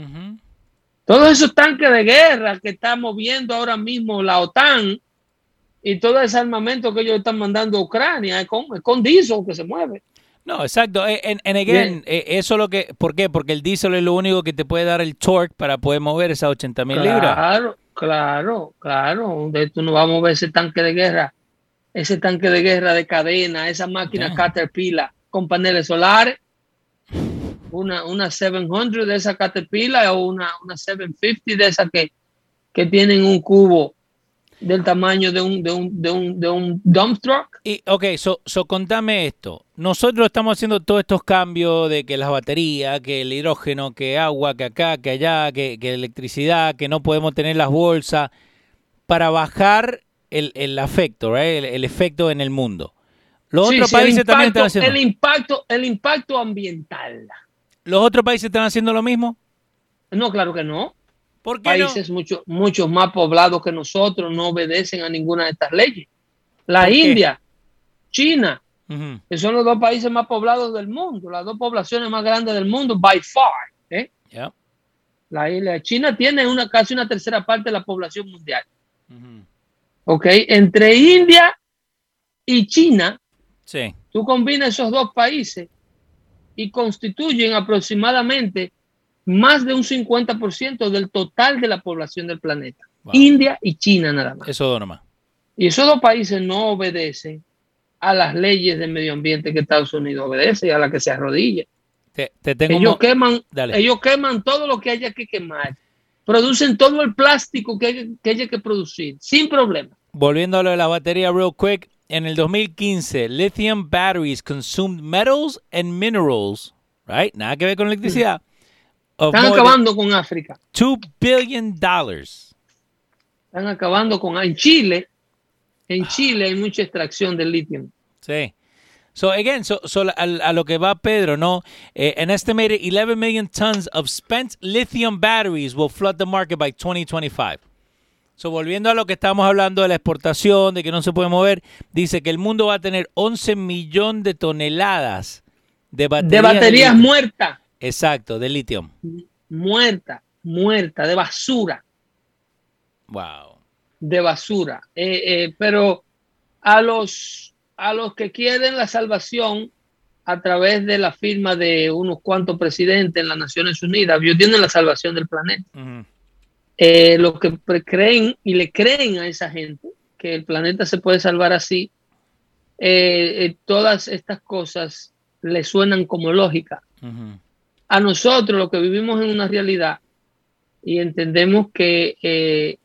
Todos esos tanques de guerra que está moviendo ahora mismo la OTAN y todo ese armamento que ellos están mandando a Ucrania es con diésel que se mueve. No, exacto. Again, eso es lo que... ¿Por qué? Porque el diésel es lo único que te puede dar el torque para poder mover esas 80,000 libras. Claro. Tú no vas a mover ese tanque de guerra de cadena, esa máquina Caterpillar con paneles solares, una 700 de esa Caterpillar o una 750 de esa que tienen un cubo del tamaño de un dump truck. Y, contame esto. Nosotros estamos haciendo todos estos cambios de que las baterías, que el hidrógeno, que agua, que acá, que allá, que electricidad, que no podemos tener las bolsas, para bajar el efecto, right? el efecto en el mundo. Los otros países también están haciendo... El impacto ambiental. ¿Los otros países están haciendo lo mismo? No, claro que no. ¿Por qué países mucho más poblados que nosotros no obedecen a ninguna de estas leyes. La India, China, que son los dos países más poblados del mundo, las dos poblaciones más grandes del mundo, by far. Yeah. La China tiene casi una tercera parte de la población mundial. Entre India y China, sí. Tú combinas esos dos países y constituyen aproximadamente más de un 50% del total de la población del planeta. Wow. India y China nada más. Eso dos nomás. Y esos dos países no obedecen a las leyes del medio ambiente que Estados Unidos obedece y a la que se arrodilla. Ellos queman todo lo que haya que quemar. Producen todo el plástico que haya que producir, sin problema. Volviendo a lo de la batería real quick, en el 2015, lithium batteries consumed metals and minerals, right? Nada que ver con electricidad. Están acabando con África. $2 billion. Están acabando con... En Chile hay mucha extracción de litio. Sí. So again, a lo que va Pedro, ¿no? An estimated 11 million tons of spent lithium batteries will flood the market by 2025. So volviendo a lo que estamos hablando de la exportación, de que no se puede mover, dice que el mundo va a tener 11 millones de toneladas de baterías muertas. Exacto, de litio. muerta, de basura. Wow. De basura. Pero a los que quieren la salvación a través de la firma de unos cuantos presidentes en las Naciones Unidas, ellos tienen la salvación del planeta. Uh-huh. Los que creen y le creen a esa gente que el planeta se puede salvar así, todas estas cosas le suenan como lógica. Uh-huh. A nosotros, los que vivimos en una realidad y entendemos que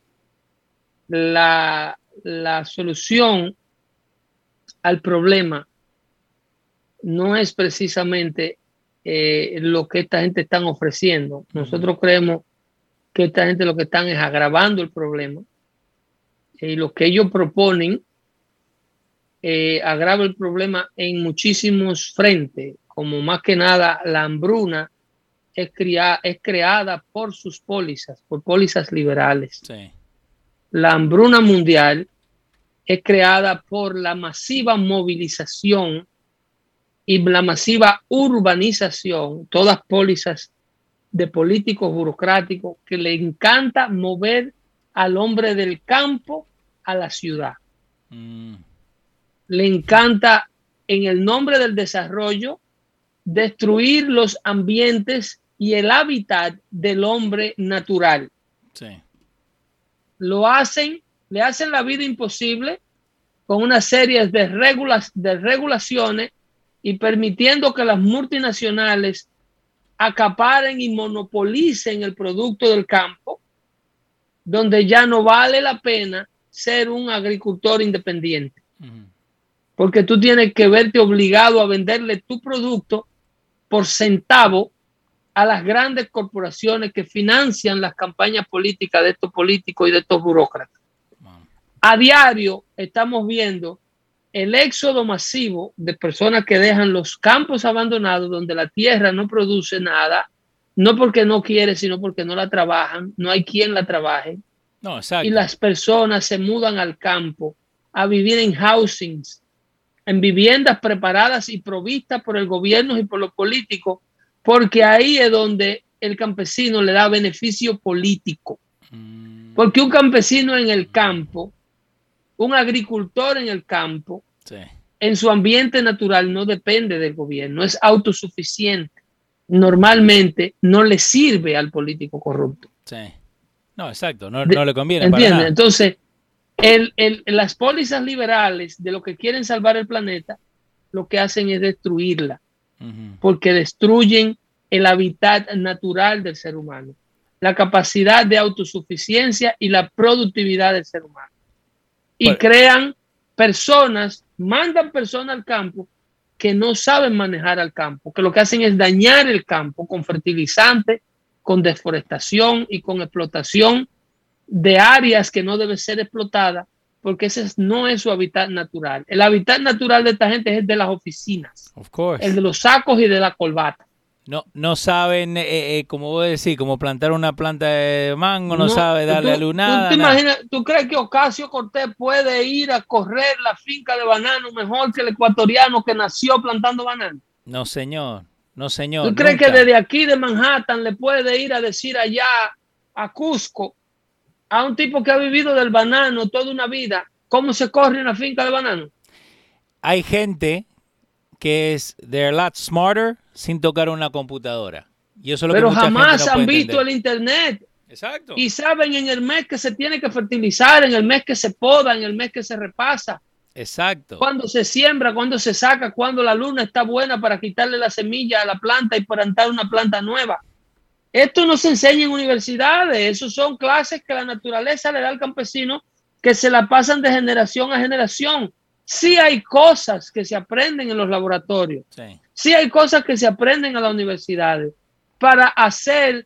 la solución al problema no es precisamente lo que esta gente están ofreciendo. Nosotros creemos que esta gente lo que están es agravando el problema, y lo que ellos proponen agrava el problema en muchísimos frentes, como más que nada la hambruna es creada por sus pólizas, por pólizas liberales. Sí. La hambruna mundial es creada por la masiva movilización y la masiva urbanización, todas pólizas de políticos burocráticos que le encanta mover al hombre del campo a la ciudad. Le encanta, en el nombre del desarrollo, destruir los ambientes y el hábitat del hombre natural. Sí. Le hacen la vida imposible con una serie de regulaciones y permitiendo que las multinacionales acaparen y monopolicen el producto del campo, donde ya no vale la pena ser un agricultor independiente. Uh-huh. Porque tú tienes que verte obligado a venderle tu producto por centavo a las grandes corporaciones que financian las campañas políticas de estos políticos y de estos burócratas. Wow. A diario estamos viendo el éxodo masivo de personas que dejan los campos abandonados donde la tierra no produce nada, no porque no quiere, sino porque no la trabajan, no hay quien la trabaje. No, exacto. Y las personas se mudan al campo a vivir en housings, en viviendas preparadas y provistas por el gobierno y por los políticos, porque ahí es donde el campesino le da beneficio político. Porque un campesino en el campo, un agricultor en el campo, sí, en su ambiente natural no depende del gobierno, es autosuficiente. Normalmente no le sirve al político corrupto. Sí. No, exacto, no le conviene. ¿Entiendes? Para nada. Entonces, las pólizas liberales de lo que quieren salvar el planeta, lo que hacen es destruirla, porque destruyen el hábitat natural del ser humano, la capacidad de autosuficiencia y la productividad del ser humano. Y crean personas, mandan personas al campo que no saben manejar al campo, que lo que hacen es dañar el campo con fertilizantes, con deforestación y con explotación de áreas que no deben ser explotadas, porque ese no es su hábitat natural. El hábitat natural de esta gente es el de las oficinas, el de los sacos y de la corbata. No saben, como vos decís, cómo plantar una planta de mango, no sabe darle lunada. ¿Tú te imaginas, tú crees que Ocasio Cortés puede ir a correr la finca de banano mejor que el ecuatoriano que nació plantando banano? No, señor. No, señor. ¿Tú crees que desde aquí de Manhattan le puede ir a decir allá a Cusco a un tipo que ha vivido del banano toda una vida cómo se corre una finca de banano? Hay gente que they're a lot smarter sin tocar una computadora. Y eso es lo pero que mucha jamás gente no han puede visto entender. el internet. Exacto. Y saben en el mes que se tiene que fertilizar, en el mes que se poda, en el mes que se repasa. Exacto. Cuando se siembra, cuando se saca, cuando la luna está buena para quitarle la semilla a la planta y plantar una planta nueva. Esto no se enseña en universidades, eso son clases que la naturaleza le da al campesino que se la pasan de generación a generación. Sí hay cosas que se aprenden en los laboratorios, sí hay cosas que se aprenden en las universidades para hacer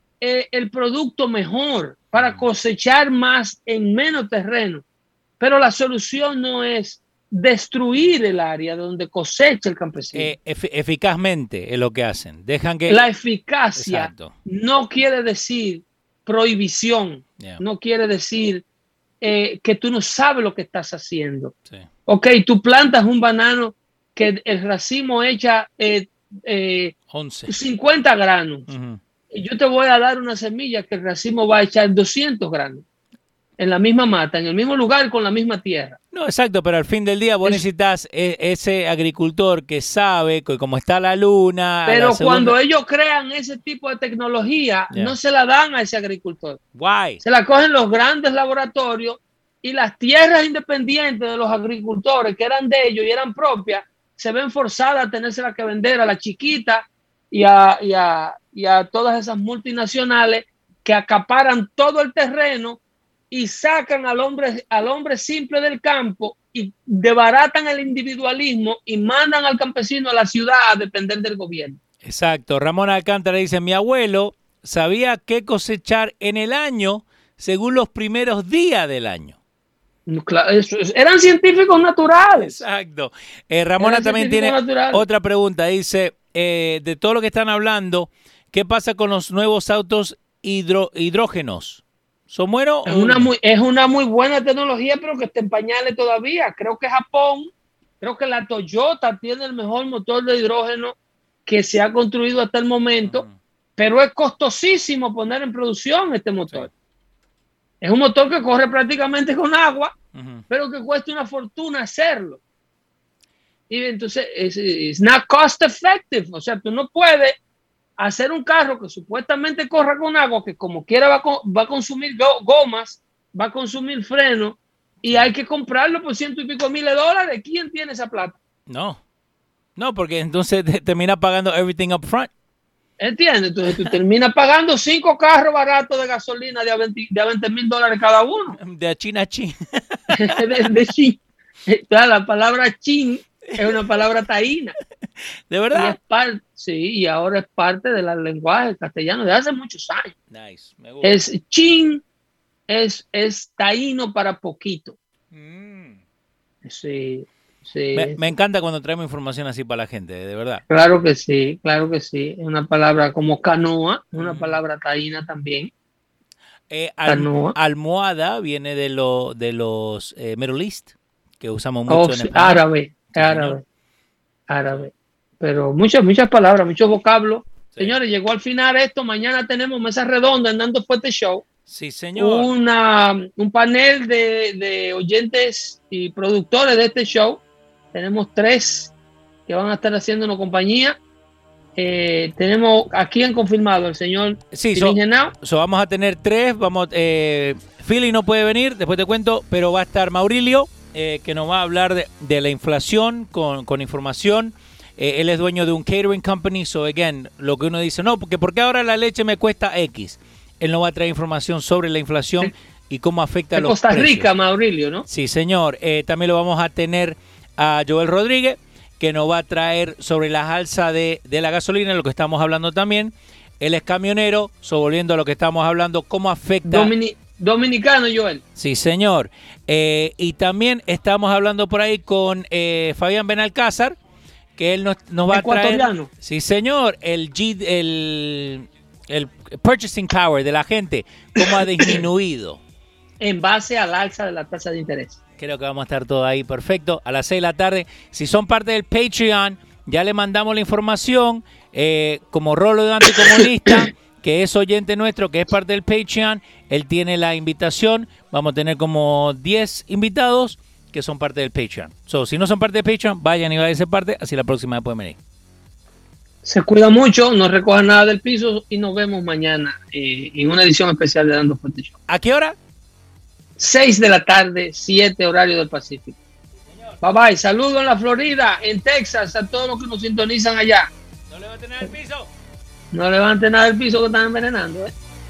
el producto mejor, para cosechar más en menos terreno. Pero la solución no es destruir el área donde cosecha el campesino. Eficazmente es lo que hacen. Dejan que la eficacia Exacto. No quiere decir prohibición, no quiere decir que tú no sabes lo que estás haciendo. Sí. Ok, tú plantas un banano que el racimo echa 11. 50 granos. yo te voy a dar una semilla que el racimo va a echar 200 granos en la misma mata, en el mismo lugar, con la misma tierra. No, exacto, pero al fin del día vos necesitas ese agricultor que sabe que como está la luna. Pero cuando ellos crean ese tipo de tecnología, no se la dan a ese agricultor. Why? Se la cogen los grandes laboratorios y las tierras independientes de los agricultores que eran de ellos y eran propias, se ven forzadas a tenérselas que vender a la chiquita y a todas esas multinacionales que acaparan todo el terreno y sacan al hombre simple del campo y debaratan el individualismo y mandan al campesino a la ciudad a depender del gobierno. Exacto. Ramón Alcántara dice, mi abuelo sabía qué cosechar en el año según los primeros días del año. Eran científicos naturales. Exacto. Ramona también tiene otra pregunta. Dice, de todo lo que están hablando, ¿qué pasa con los nuevos autos hidrógenos? ¿Son buenos? Es una muy buena tecnología, pero que está en pañales todavía. Creo que Japón, creo que la Toyota tiene el mejor motor de hidrógeno que se ha construido hasta el momento, pero es costosísimo poner en producción este motor. Sí. Es un motor que corre prácticamente con agua, pero que cuesta una fortuna hacerlo. Y entonces, it's not cost effective. O sea, tú no puedes hacer un carro que supuestamente corra con agua, que como quiera va a consumir gomas, va a consumir freno, y hay que comprarlo por $100 y pico mil. ¿Quién tiene esa plata? No, porque entonces termina pagando everything up front. ¿Entiendes? Entonces tú terminas pagando 5 carros baratos de gasolina de $20,000 cada uno. De China a Chin. de Chin. La palabra Chin es una palabra taína. ¿De verdad? Sí, y ahora es parte del lenguaje castellano de hace muchos años. Nice, me gusta. Es Chin, es taíno para poquito. Sí. Me encanta cuando traemos información así para la gente, de verdad. Claro que sí. Es una palabra como canoa, una palabra taína también. Almohada viene de los Middle East, que usamos mucho en español. Árabe. Pero muchas palabras, muchos vocablos. Sí. Señores, llegó al final esto. Mañana tenemos mesa redonda en Dando Fuerte Show. Sí, señor. Un panel de oyentes y productores de este show. Tenemos 3 que van a estar haciéndonos compañía. Tenemos a quién confirmado, el señor. Sí, vamos a tener 3. Philly no puede venir, después te cuento, pero va a estar Maurilio, que nos va a hablar de la inflación con información. Él es dueño de un catering company, so again, lo que uno dice, no, porque ahora la leche me cuesta X. Él nos va a traer información sobre la inflación y cómo afecta a los Costa precios. Rica, Maurilio, ¿no? Sí, señor. También lo vamos a tener a Joel Rodríguez, que nos va a traer sobre las alzas de la gasolina, lo que estamos hablando también. Él es camionero, volviendo a lo que estamos hablando, cómo afecta... Dominicano, Joel. Sí, señor. Y también estamos hablando por ahí con Fabián Benalcázar, que él nos va a traer... Sí, señor. El purchasing power de la gente, cómo ha disminuido. En base al alza de la tasa de interés. Creo que vamos a estar todo ahí perfecto a las 6 de la tarde. Si son parte del Patreon, ya le mandamos la información. Como Rolo de Anticomunista, que es oyente nuestro, que es parte del Patreon, él tiene la invitación. Vamos a tener como 10 invitados que son parte del Patreon. Si no son parte del Patreon, vayan y vayan a ser parte, así la próxima vez pueden venir. Se cuida mucho, no recojan nada del piso y nos vemos mañana en una edición especial de Dando Fuerte Show. ¿A qué hora? 6 de la tarde, 7 horario del Pacífico. Bye bye. Saludos en la Florida, en Texas, a todos los que nos sintonizan allá. No levanten nada del piso. No levanten nada del piso que están envenenando.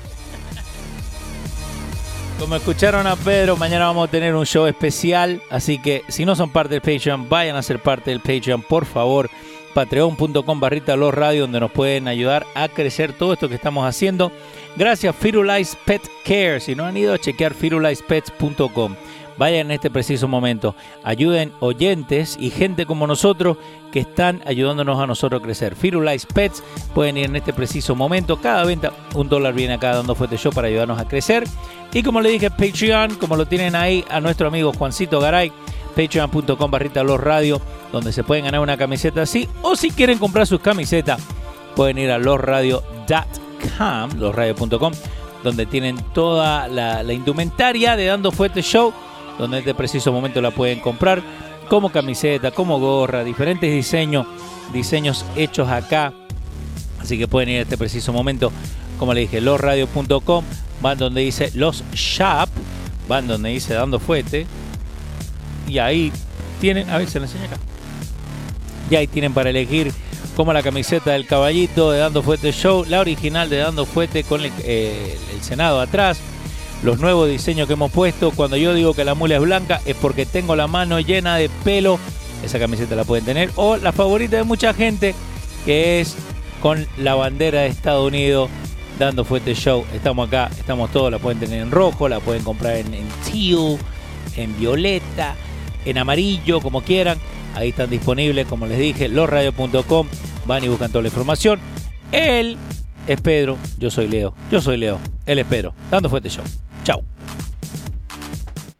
Como escucharon a Pedro, mañana vamos a tener un show especial. Así que si no son parte del Patreon, vayan a ser parte del Patreon, por favor. Patreon.com/Los Radio, donde nos pueden ayudar a crecer todo esto que estamos haciendo. Gracias Firulais Pet Care. Si no han ido a chequear firulaispets.com, vayan en este preciso momento. Ayuden oyentes y gente como nosotros que están ayudándonos a nosotros a crecer. Firulais Pets, pueden ir en este preciso momento. Cada venta $1 viene acá Dando Fuerte Show para ayudarnos a crecer. Y como le dije, Patreon, como lo tienen ahí a nuestro amigo Juancito Garay, patreon.com/Los Radio, donde se pueden ganar una camiseta así, o si quieren comprar sus camisetas pueden ir a losradio.com. losradio.com, donde tienen toda la indumentaria de Dando Fuete Show, donde en este preciso momento la pueden comprar como camiseta, como gorra, diferentes diseños hechos acá. Así que pueden ir a este preciso momento, como le dije, losradio.com, van donde dice Los Shop, van donde dice Dando Fuete, y ahí tienen, a ver, se lo enseño acá. Y ahí tienen para elegir como la camiseta del caballito de Dando Fuete Show, la original de Dando Fuete con el Senado atrás, los nuevos diseños que hemos puesto. Cuando yo digo que la mula es blanca es porque tengo la mano llena de pelo. Esa camiseta la pueden tener. O la favorita de mucha gente, que es con la bandera de Estados Unidos, Dando Fuete Show. Estamos acá, estamos todos, la pueden tener en rojo, la pueden comprar en teal, en violeta, en amarillo, como quieran. Ahí están disponibles, como les dije, losradio.com. Van y buscan toda la información. Él es Pedro, yo soy Leo. Él es Pedro. Dando Fuete Show. Chao.